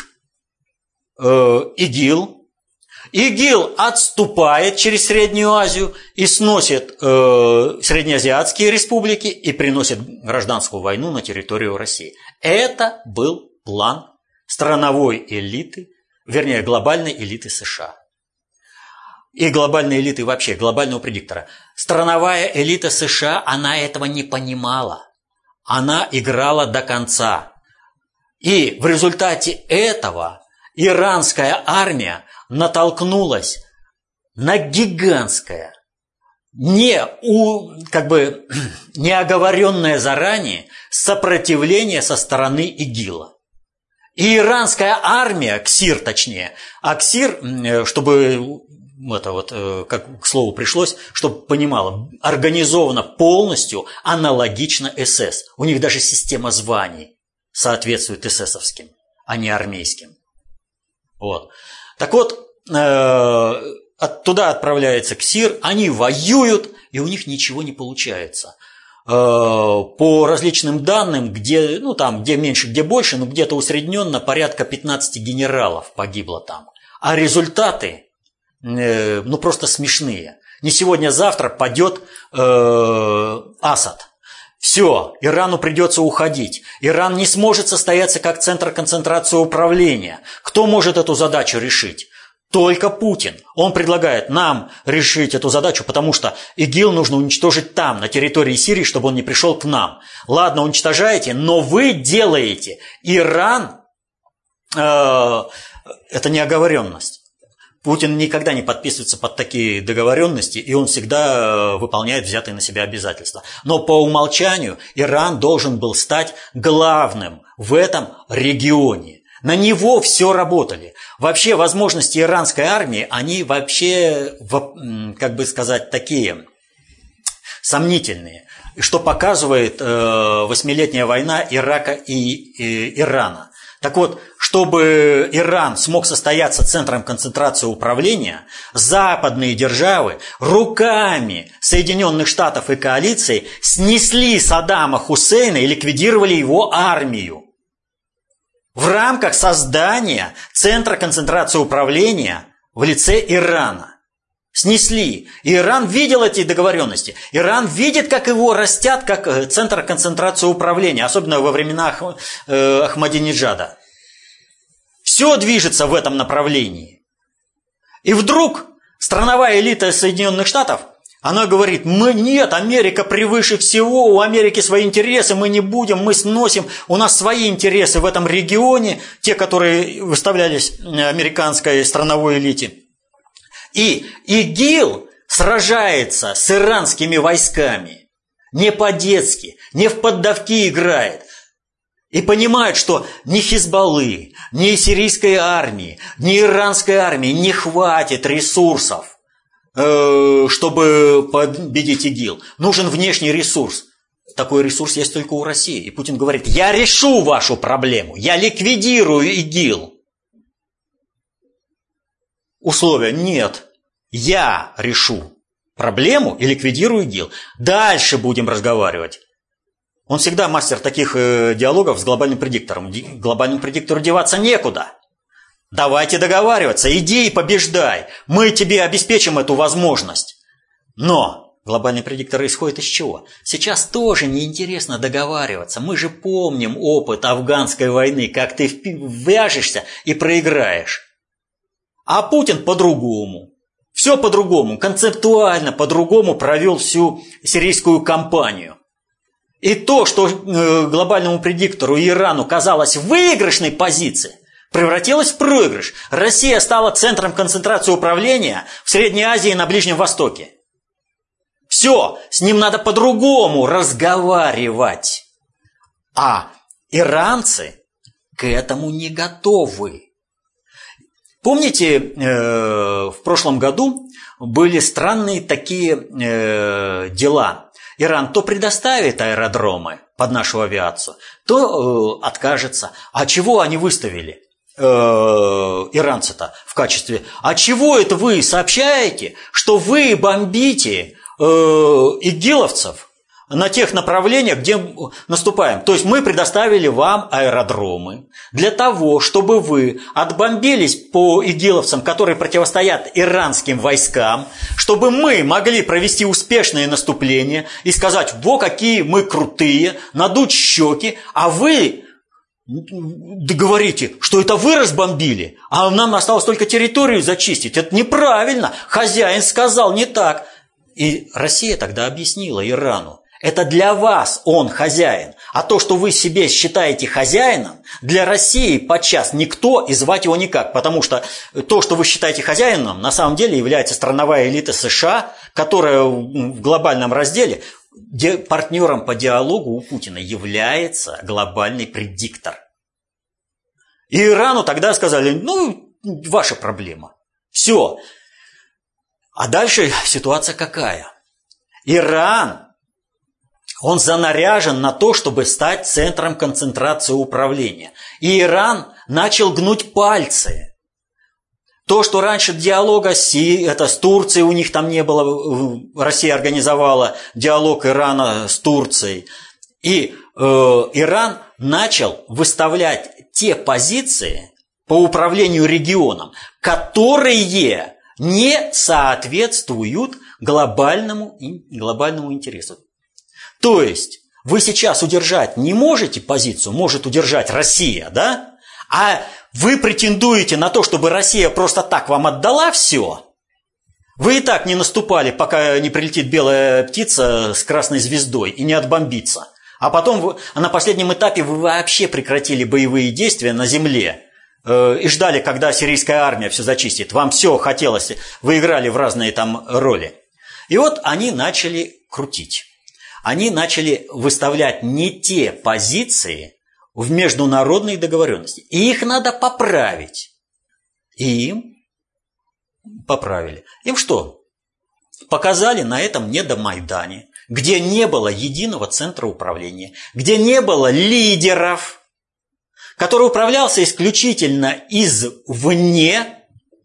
э, ИГИЛ. ИГИЛ отступает через Среднюю Азию и сносит э, среднеазиатские республики и приносит гражданскую войну на территорию России. Это был план страновой элиты, вернее, глобальной элиты США. И глобальной элиты вообще, глобального предиктора. Страновая элита США, она этого не понимала. Она играла до конца. И в результате этого иранская армия натолкнулась на гигантское, не, у, как бы, неоговоренное заранее сопротивление со стороны ИГИЛа. И иранская армия, КСИР точнее, а КСИР, чтобы это вот, как к слову пришлось, чтобы понимала, организована полностью аналогично эс-эс. У них даже система званий соответствует эс-эсовским, а не армейским. Вот. Так вот, э, туда отправляется КСИР, они воюют, и у них ничего не получается. Э, по различным данным, где, ну, там, где меньше, где больше, но где-то усредненно порядка пятнадцать генералов погибло там. А результаты, э, ну, просто смешные. Не сегодня-завтра падет э, Асад. Все, Ирану придется уходить. Иран не сможет состояться как центр концентрации управления. Кто может эту задачу решить? Только Путин. Он предлагает нам решить эту задачу, потому что ИГИЛ нужно уничтожить там, на территории Сирии, чтобы он не пришел к нам. Ладно, уничтожаете, но вы делаете. Иран э, – это неоговоренность. Путин никогда не подписывается под такие договоренности, и он всегда выполняет взятые на себя обязательства. Но по умолчанию Иран должен был стать главным в этом регионе. На него все работали. Вообще возможности иранской армии, они вообще, как бы сказать, такие сомнительные. Что показывает восьмилетняя война Ирака и Ирана. Так вот, чтобы Иран смог состояться центром концентрации управления, западные державы руками Соединенных Штатов и коалиции снесли Саддама Хусейна и ликвидировали его армию. В рамках создания центра концентрации управления в лице Ирана. снесли. И Иран видел эти договоренности. Иран видит, как его растят, как центр концентрации управления, особенно во времена Ах, э, Ахмадинеджада. Все движется в этом направлении. И вдруг страновая элита Соединенных Штатов, она говорит: мы нет, Америка превыше всего, у Америки свои интересы, мы не будем, мы сносим, у нас свои интересы в этом регионе, те, которые выставлялись американской страновой элите. И ИГИЛ сражается с иранскими войсками, не по-детски, не в поддавки играет. И понимают, что ни Хизбаллы, ни сирийской армии, ни иранской армии не хватит ресурсов, чтобы победить ИГИЛ. Нужен внешний ресурс. Такой ресурс есть только у России. И Путин говорит: я решу вашу проблему, я ликвидирую ИГИЛ. Условия: нет, я решу проблему и ликвидирую ИГИЛ. Дальше будем разговаривать. Он всегда мастер таких э, диалогов с глобальным предиктором. Ди- глобальному предиктору деваться некуда. Давайте договариваться, иди и побеждай. Мы тебе обеспечим эту возможность. Но глобальный предиктор исходит из чего? Сейчас тоже неинтересно договариваться. Мы же помним опыт афганской войны, как ты ввяжешься и проиграешь. А Путин по-другому. Все по-другому, концептуально по-другому провел всю сирийскую кампанию. И то, что э, глобальному предиктору и Ирану казалось в выигрышной позиции, превратилось в проигрыш. Россия стала центром концентрации управления в Средней Азии и на Ближнем Востоке. Все, с ним надо по-другому разговаривать. А иранцы к этому не готовы. Помните, э, в прошлом году были странные такие э, дела. Иран то предоставит аэродромы под нашу авиацию, то э, откажется. А чего они выставили, э, иранцы-то, в качестве? А чего это вы сообщаете, что вы бомбите э, игиловцев на тех направлениях, где наступаем? То есть мы предоставили вам аэродромы для того, чтобы вы отбомбились по игиловцам, которые противостоят иранским войскам, чтобы мы могли провести успешное наступление и сказать: во какие мы крутые, надуть щеки, а вы говорите, что это вы разбомбили, а нам осталось только территорию зачистить. Это неправильно, хозяин сказал не так. И Россия тогда объяснила Ирану: это для вас он хозяин, а то, что вы себе считаете хозяином, для России подчас никто и звать его никак, потому что то, что вы считаете хозяином, на самом деле является страновая элита США, которая в глобальном разделе партнером по диалогу у Путина является глобальный предиктор. И Ирану тогда сказали: ну, ваша проблема. Все. А дальше ситуация какая? Иран, он занаряжен на то, чтобы стать центром концентрации управления. И Иран начал гнуть пальцы. То, что раньше диалога с, это, с Турцией у них там не было, Россия организовала диалог Ирана с Турцией. И э, Иран начал выставлять те позиции по управлению регионом, которые не соответствуют глобальному, глобальному интересу. То есть вы сейчас удержать не можете позицию, может удержать Россия, да? А вы претендуете на то, чтобы Россия просто так вам отдала все. Вы и так не наступали, пока не прилетит белая птица с красной звездой и не отбомбится. А потом вы, на последнем этапе вы вообще прекратили боевые действия на земле э, и ждали, когда сирийская армия все зачистит. Вам все хотелось, вы играли в разные там роли. И вот они начали крутить. Они начали выставлять не те позиции в международной договоренности. И их надо поправить. И им поправили. Им что? Показали на этом недомайдане, где не было единого центра управления, где не было лидеров, который управлялся исключительно извне.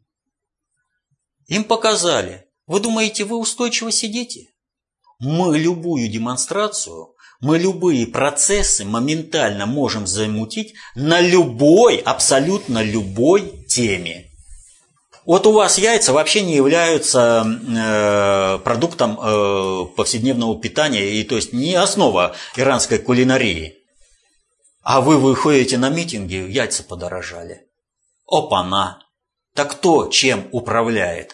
Им показали: вы думаете, вы устойчиво сидите? Мы любую демонстрацию, мы любые процессы моментально можем замутить на любой, абсолютно любой теме. Вот у вас яйца вообще не являются э, продуктом э, повседневного питания, и то есть не основа иранской кулинарии. А вы выходите на митинги, яйца подорожали. Опа-на! Так кто чем управляет?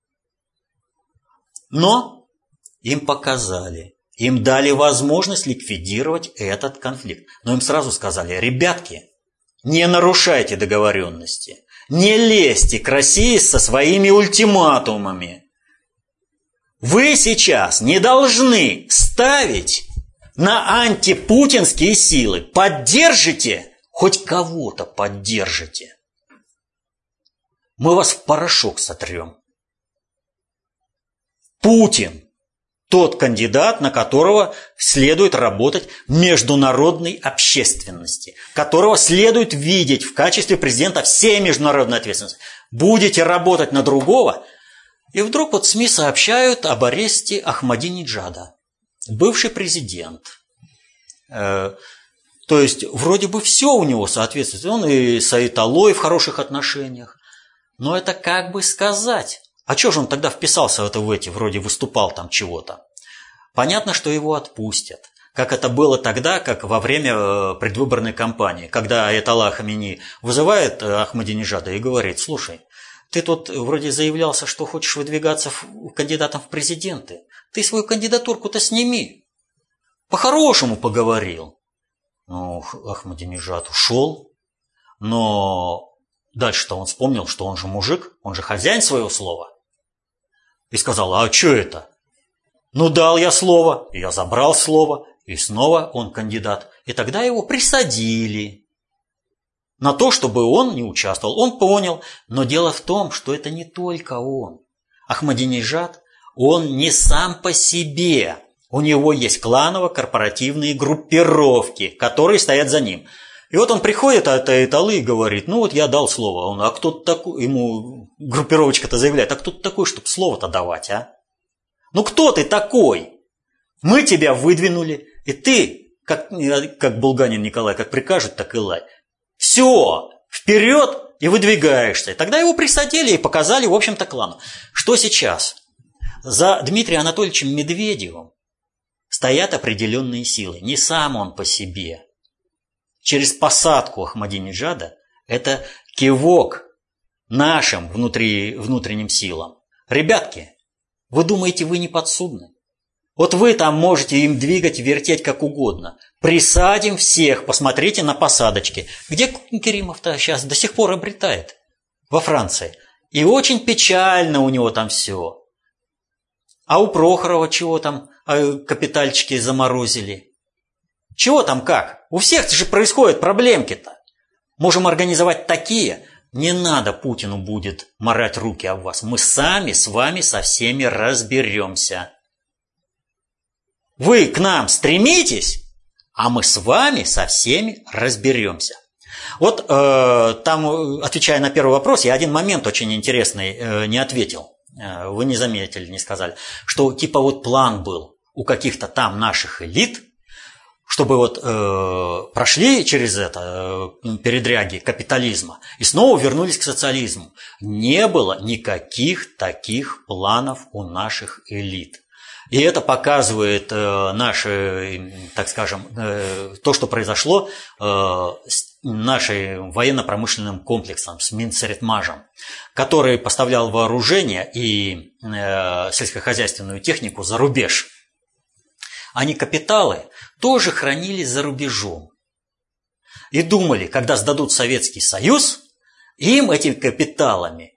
Но им показали, им дали возможность ликвидировать этот конфликт. Но им сразу сказали: ребятки, не нарушайте договоренности, не лезьте к России со своими ультиматумами. Вы сейчас не должны ставить на антипутинские силы. Поддержите, хоть кого-то поддержите. Мы вас в порошок сотрем. Путин – тот кандидат, на которого следует работать в международной общественности, которого следует видеть в качестве президента всей международной ответственности. Будете работать на другого, и вдруг вот СМИ сообщают об аресте Ахмадинеджада, бывший президент. Э, то есть вроде бы все у него соответствует, он и с Айталой в хороших отношениях, но это как бы сказать. А что же он тогда вписался в это в эти, вроде выступал там чего-то? Понятно, что его отпустят. Как это было тогда, как во время предвыборной кампании, когда Аятолла Хаминеи вызывает Ахмадинеджада и говорит: слушай, ты тут вроде заявлялся, что хочешь выдвигаться кандидатом в президенты. Ты свою кандидатурку-то сними. По-хорошему поговорил. Ну, Ахмадинеджад ушел, но дальше-то он вспомнил, что он же мужик, он же хозяин своего слова. И сказал: а что это? Ну, дал я слово, я забрал слово, и снова он кандидат. И тогда его присадили на то, чтобы он не участвовал. Он понял, но дело в том, что это не только он. Ахмадинеджад, он не сам по себе. У него есть кланово-корпоративные группировки, которые стоят за ним. И вот он приходит от Аятоллы и говорит: ну вот я дал слово. Он: а кто такой? Ему группировочка-то заявляет: а кто ты такой, чтобы слово-то давать, а? Ну кто ты такой? Мы тебя выдвинули, и ты, как, как Булганин Николай, как прикажет, так и лай. Все, вперед и выдвигаешься. И тогда его присадили и показали, в общем-то, клану. Что сейчас? За Дмитрием Анатольевичем Медведевым стоят определенные силы. Не сам он по себе. Через посадку Ахмадинеджада это кивок нашим внутри, внутренним силам. Ребятки, вы думаете, вы не подсудны? Вот вы там можете им двигать, вертеть как угодно. Присадим всех, посмотрите на посадочки. Где Керимов-то сейчас до сих пор обретает? Во Франции. И очень печально у него там все. А у Прохорова чего там капитальчики заморозили? Чего там как? У всех же происходят проблемки-то. Можем организовать такие. Не надо Путину будет морать руки об вас. Мы сами с вами со всеми разберемся. Вы к нам стремитесь, а мы с вами со всеми разберемся. Вот э, там, отвечая на первый вопрос, я один момент очень интересный э, не ответил. Э, вы не заметили, не сказали. Что типа вот план был у каких-то там наших элит, чтобы вот э, прошли через это э, передряги капитализма и снова вернулись к социализму. Не было никаких таких планов у наших элит. И это показывает э, наши, так скажем, э, то, что произошло э, с нашим военно-промышленным комплексом, с Минсоветмажем, который поставлял вооружение и э, сельскохозяйственную технику за рубеж. Они капиталы тоже хранили за рубежом. И думали, когда сдадут Советский Союз, им этими капиталами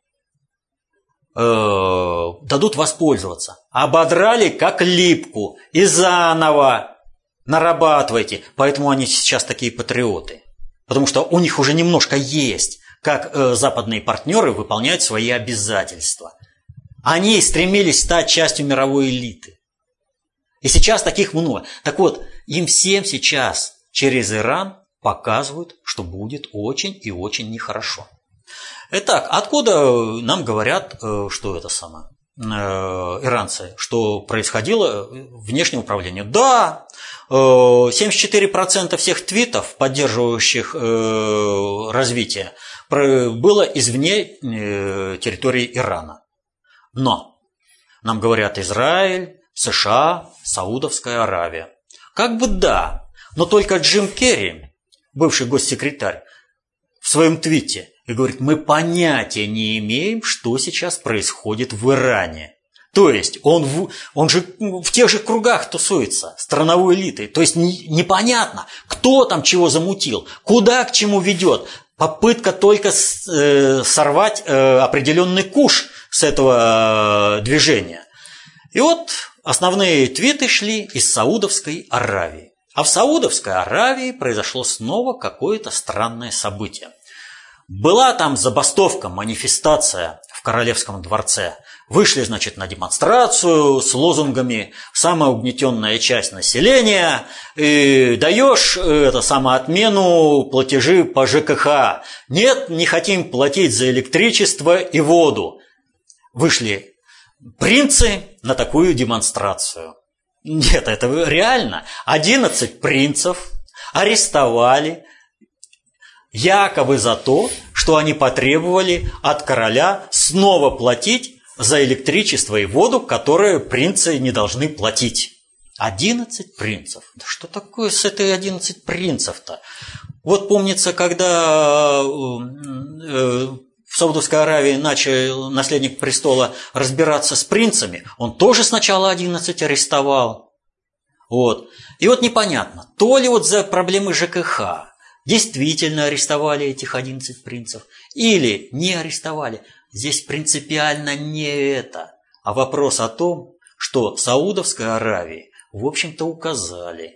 э, дадут воспользоваться. Ободрали как липку и заново нарабатывайте. Поэтому они сейчас такие патриоты. Потому что у них уже немножко есть, как э, западные партнеры выполняют свои обязательства. Они стремились стать частью мировой элиты. И сейчас таких много. Так вот, им всем сейчас через Иран показывают, что будет очень и очень нехорошо. Итак, откуда нам говорят, что это самое? э, иранцы, что происходило внешнее управление. Да, э, семьдесят четыре процента всех твитов, поддерживающих э, развитие, было извне э, территории Ирана. Но нам говорят Израиль, США, Саудовская Аравия. Как бы да, но только Джим Керри, бывший госсекретарь, в своем твите и говорит, мы понятия не имеем, что сейчас происходит в Иране. То есть он, в, он же в тех же кругах тусуется, страновой элитой. То есть не, непонятно, кто там чего замутил, куда к чему ведет. Попытка только с, э, сорвать э, определенный куш с этого э, движения. И вот основные твиты шли из Саудовской Аравии. А в Саудовской Аравии произошло снова какое-то странное событие. Была там забастовка, манифестация в Королевском дворце. Вышли, значит, на демонстрацию с лозунгами «Самая угнетенная часть населения», и даешь это, самоотмену платежи по ЖКХ. Нет, не хотим платить за электричество и воду. Вышли принцы на такую демонстрацию. Нет, это реально. одиннадцать принцев арестовали якобы за то, что они потребовали от короля снова платить за электричество и воду, которые принцы не должны платить. одиннадцать принцев. Да что такое с этой одиннадцать принцев-то? Вот помнится, когда в Саудовской Аравии начал наследник престола разбираться с принцами, он тоже сначала одиннадцать арестовал. Вот. И вот непонятно, то ли вот за проблемы ЖКХ действительно арестовали этих одиннадцать принцев, или не арестовали. Здесь принципиально не это, а вопрос о том, что Саудовской Аравии, в общем-то, указали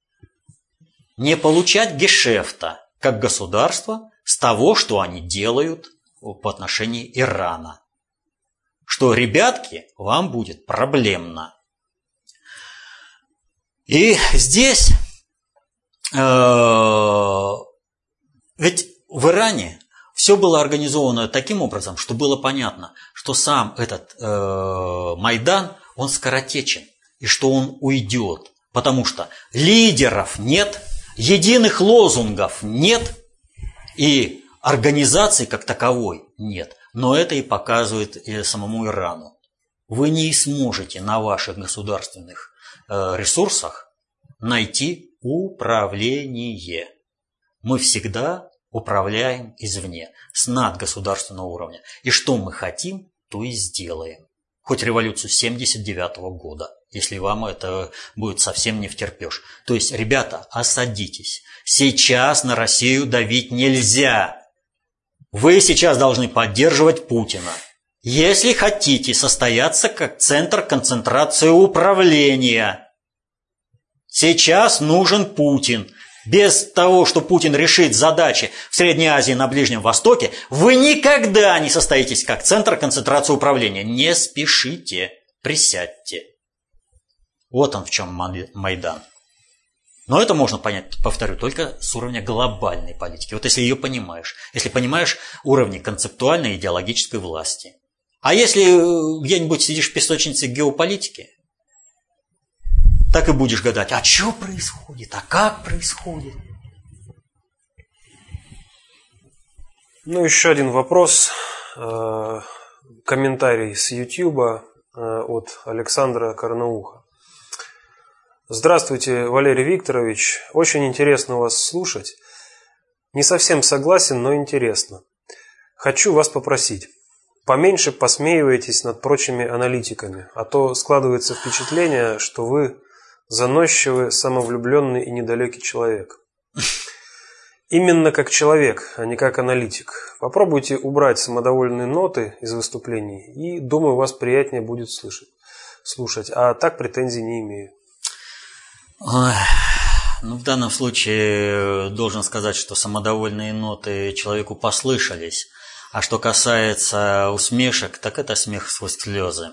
не получать гешефта как государство с того, что они делают по отношению Ирана. Что, ребятки, вам будет проблемно. И здесь э, ведь в Иране все было организовано таким образом, что было понятно, что сам этот э, Майдан, он скоротечен, и что он уйдет. Потому что лидеров нет, единых лозунгов нет, и организации как таковой нет. Но это и показывает и самому Ирану. Вы не сможете на ваших государственных э, ресурсах найти управление. Мы всегда управляем извне, с надгосударственного уровня. И что мы хотим, то и сделаем. Хоть революцию семьдесят девятого года, если вам это будет совсем не втерпешь. То есть, ребята, осадитесь. Сейчас на Россию давить нельзя. Вы сейчас должны поддерживать Путина. Если хотите состояться как центр концентрации управления. Сейчас нужен Путин. Без того, что Путин решит задачи в Средней Азии и на Ближнем Востоке, вы никогда не состоитесь как центр концентрации управления. Не спешите, присядьте. Вот он в чем Майдан. Но это можно понять, повторю, только с уровня глобальной политики. Вот если ее понимаешь. Если понимаешь уровни концептуальной и идеологической власти. А если где-нибудь сидишь в песочнице геополитики, так и будешь гадать, а что происходит, а как происходит? Ну, еще один вопрос. Комментарий с Ютьюба от Александра Карнауха. Здравствуйте, Валерий Викторович. Очень интересно вас слушать. Не совсем согласен, но интересно. Хочу вас попросить. Поменьше посмеивайтесь над прочими аналитиками, а то складывается впечатление, что вы заносчивый, самовлюбленный и недалекий человек. Именно как человек, а не как аналитик. Попробуйте убрать самодовольные ноты из выступлений, и, думаю, вас приятнее будет слышать, слушать. А так претензий не имею. Ой, ну, в данном случае должен сказать, что самодовольные ноты человеку послышались. А что касается усмешек, так это смех сквозь слезы.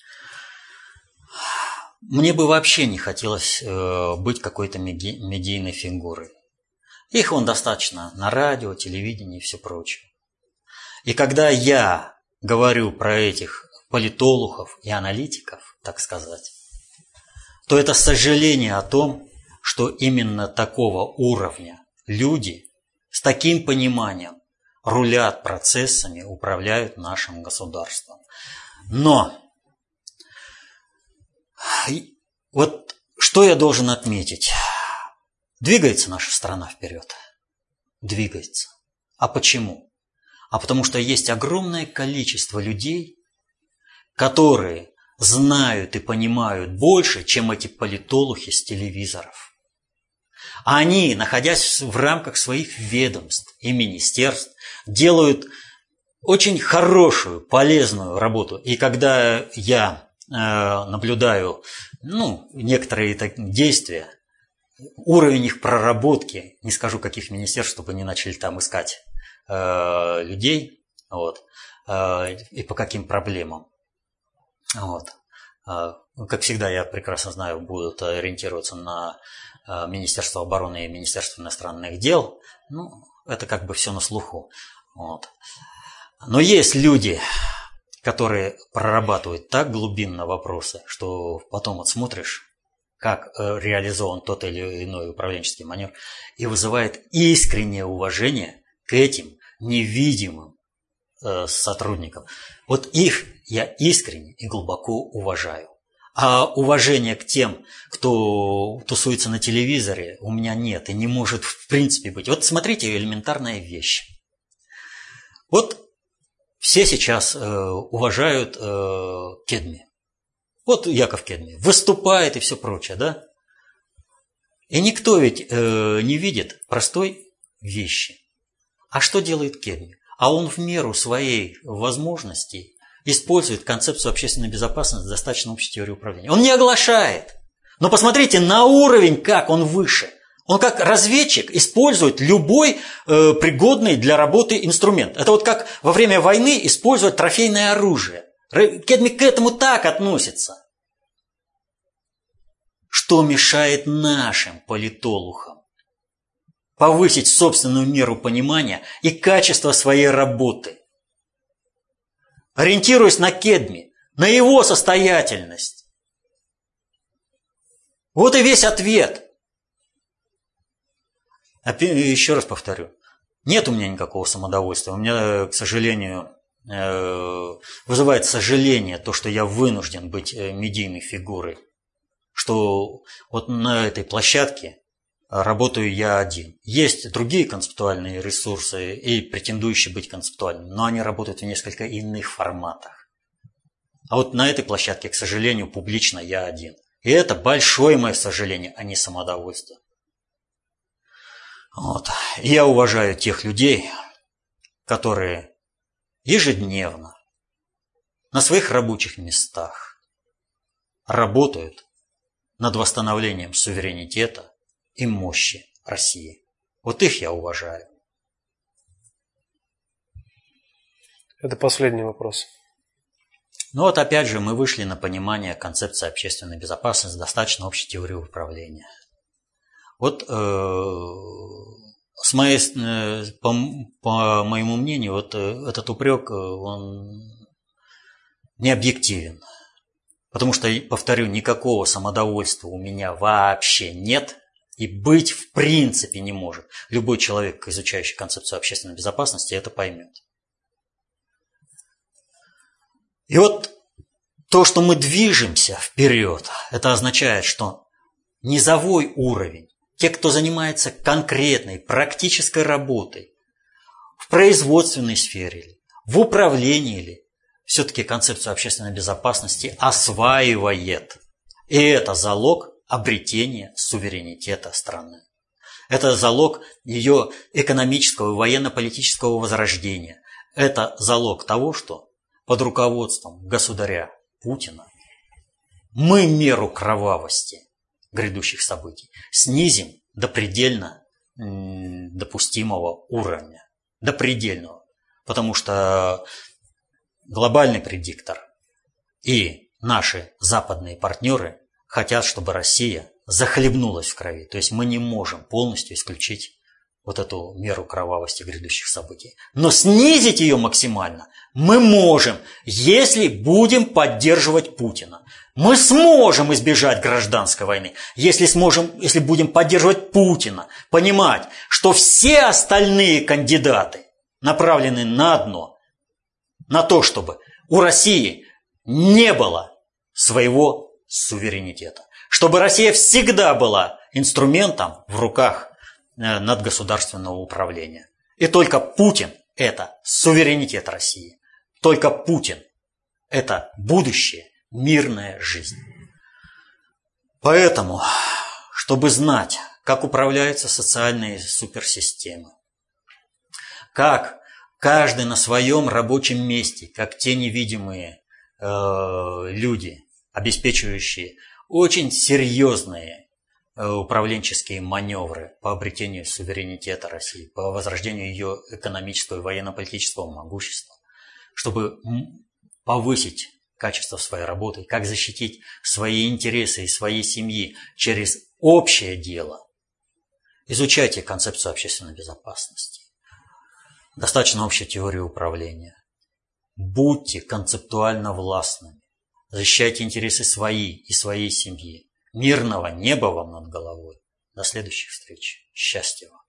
Мне бы вообще не хотелось э, быть какой-то медийной фигурой. Их вон достаточно на радио, телевидении и все прочее. И когда я говорю про этих политологов и аналитиков, так сказать, то это сожаление о том, что именно такого уровня люди с таким пониманием рулят процессами, управляют нашим государством. Но вот что я должен отметить? Двигается наша страна вперед. Двигается. А почему? А потому что есть огромное количество людей, которые знают и понимают больше, чем эти политологи с телевизоров. А они, находясь в рамках своих ведомств и министерств, делают очень хорошую, полезную работу. И когда я э, наблюдаю ну, некоторые так, действия, уровень их проработки, не скажу каких министерств, чтобы не начали там искать э, людей, вот, э, и по каким проблемам. Вот. Э, как всегда, я прекрасно знаю, будут ориентироваться на э, Министерство обороны и Министерство иностранных дел. Ну, это как бы все на слуху. Вот. Но есть люди, которые прорабатывают так глубинно вопросы, что потом вот смотришь, как реализован тот или иной управленческий маневр, и вызывает искреннее уважение к этим невидимым э, сотрудникам. Вот их я искренне и глубоко уважаю. А уважения к тем, кто тусуется на телевизоре, у меня нет и не может в принципе быть. Вот смотрите, элементарная вещь. Вот все сейчас э, уважают э, Кедми. Вот Яков Кедми выступает и все прочее, да? И никто ведь э, не видит простой вещи. А что делает Кедми? А он в меру своей возможностей использует концепцию общественной безопасности, достаточно общей теории управления. Он не оглашает. Но посмотрите на уровень, как он выше. Он как разведчик использует любой э, пригодный для работы инструмент. Это вот как во время войны использовать трофейное оружие. Кедми к этому так относится. Что мешает нашим политологам повысить собственную меру понимания и качество своей работы? Ориентируясь на Кедми, на его состоятельность. Вот и весь ответ. Еще раз повторю. Нет у меня никакого самодовольствия. У меня, к сожалению, вызывает сожаление то, что я вынужден быть медийной фигурой. Что вот на этой площадке работаю я один. Есть другие концептуальные ресурсы и претендующие быть концептуальными, но они работают в несколько иных форматах. А вот на этой площадке, к сожалению, публично я один. И это большое мое сожаление, а не самодовольство. Вот. Я уважаю тех людей, которые ежедневно на своих рабочих местах работают над восстановлением суверенитета и мощи России. Вот их я уважаю. Это последний вопрос. Ну вот опять же мы вышли на понимание концепции общественной безопасности, достаточно общей теории управления. Вот э, с моей, э, по, по моему мнению, вот э, этот упрек, э, он не объективен. Потому что, повторю, никакого самодовольства у меня вообще нет и быть в принципе не может. Любой человек, изучающий концепцию общественной безопасности, это поймет. И вот то, что мы движемся вперед, это означает, что низовой уровень, те, кто занимается конкретной практической работой в производственной сфере, в управлении ли, все-таки концепцию общественной безопасности осваивает. И это залог обретения суверенитета страны. Это залог ее экономического и военно-политического возрождения. Это залог того, что под руководством государя Путина мы меру кровавости грядущих событий снизим до предельно допустимого уровня. До предельного. Потому что глобальный предиктор и наши западные партнеры хотят, чтобы Россия захлебнулась в крови. То есть мы не можем полностью исключить вот эту меру кровавости грядущих событий. Но снизить ее максимально мы можем, если будем поддерживать Путина. Мы сможем избежать гражданской войны, если сможем, если будем поддерживать Путина, понимать, что все остальные кандидаты направлены на одно, на то, чтобы у России не было своего суверенитета, чтобы Россия всегда была инструментом в руках надгосударственного управления. И только Путин – это суверенитет России. Только Путин – это будущее, мирная жизнь. Поэтому, чтобы знать, как управляются социальные суперсистемы, как каждый на своем рабочем месте, как те невидимые э, люди, обеспечивающие очень серьезные э, управленческие маневры по обретению суверенитета России, по возрождению ее экономического и военно-политического могущества, чтобы повысить качество своей работы, как защитить свои интересы и своей семьи через общее дело. Изучайте концепцию общественной безопасности. Достаточно общей теории управления. Будьте концептуально властными. Защищайте интересы свои и своей семьи. Мирного неба вам над головой. До следующих встреч. Счастья вам.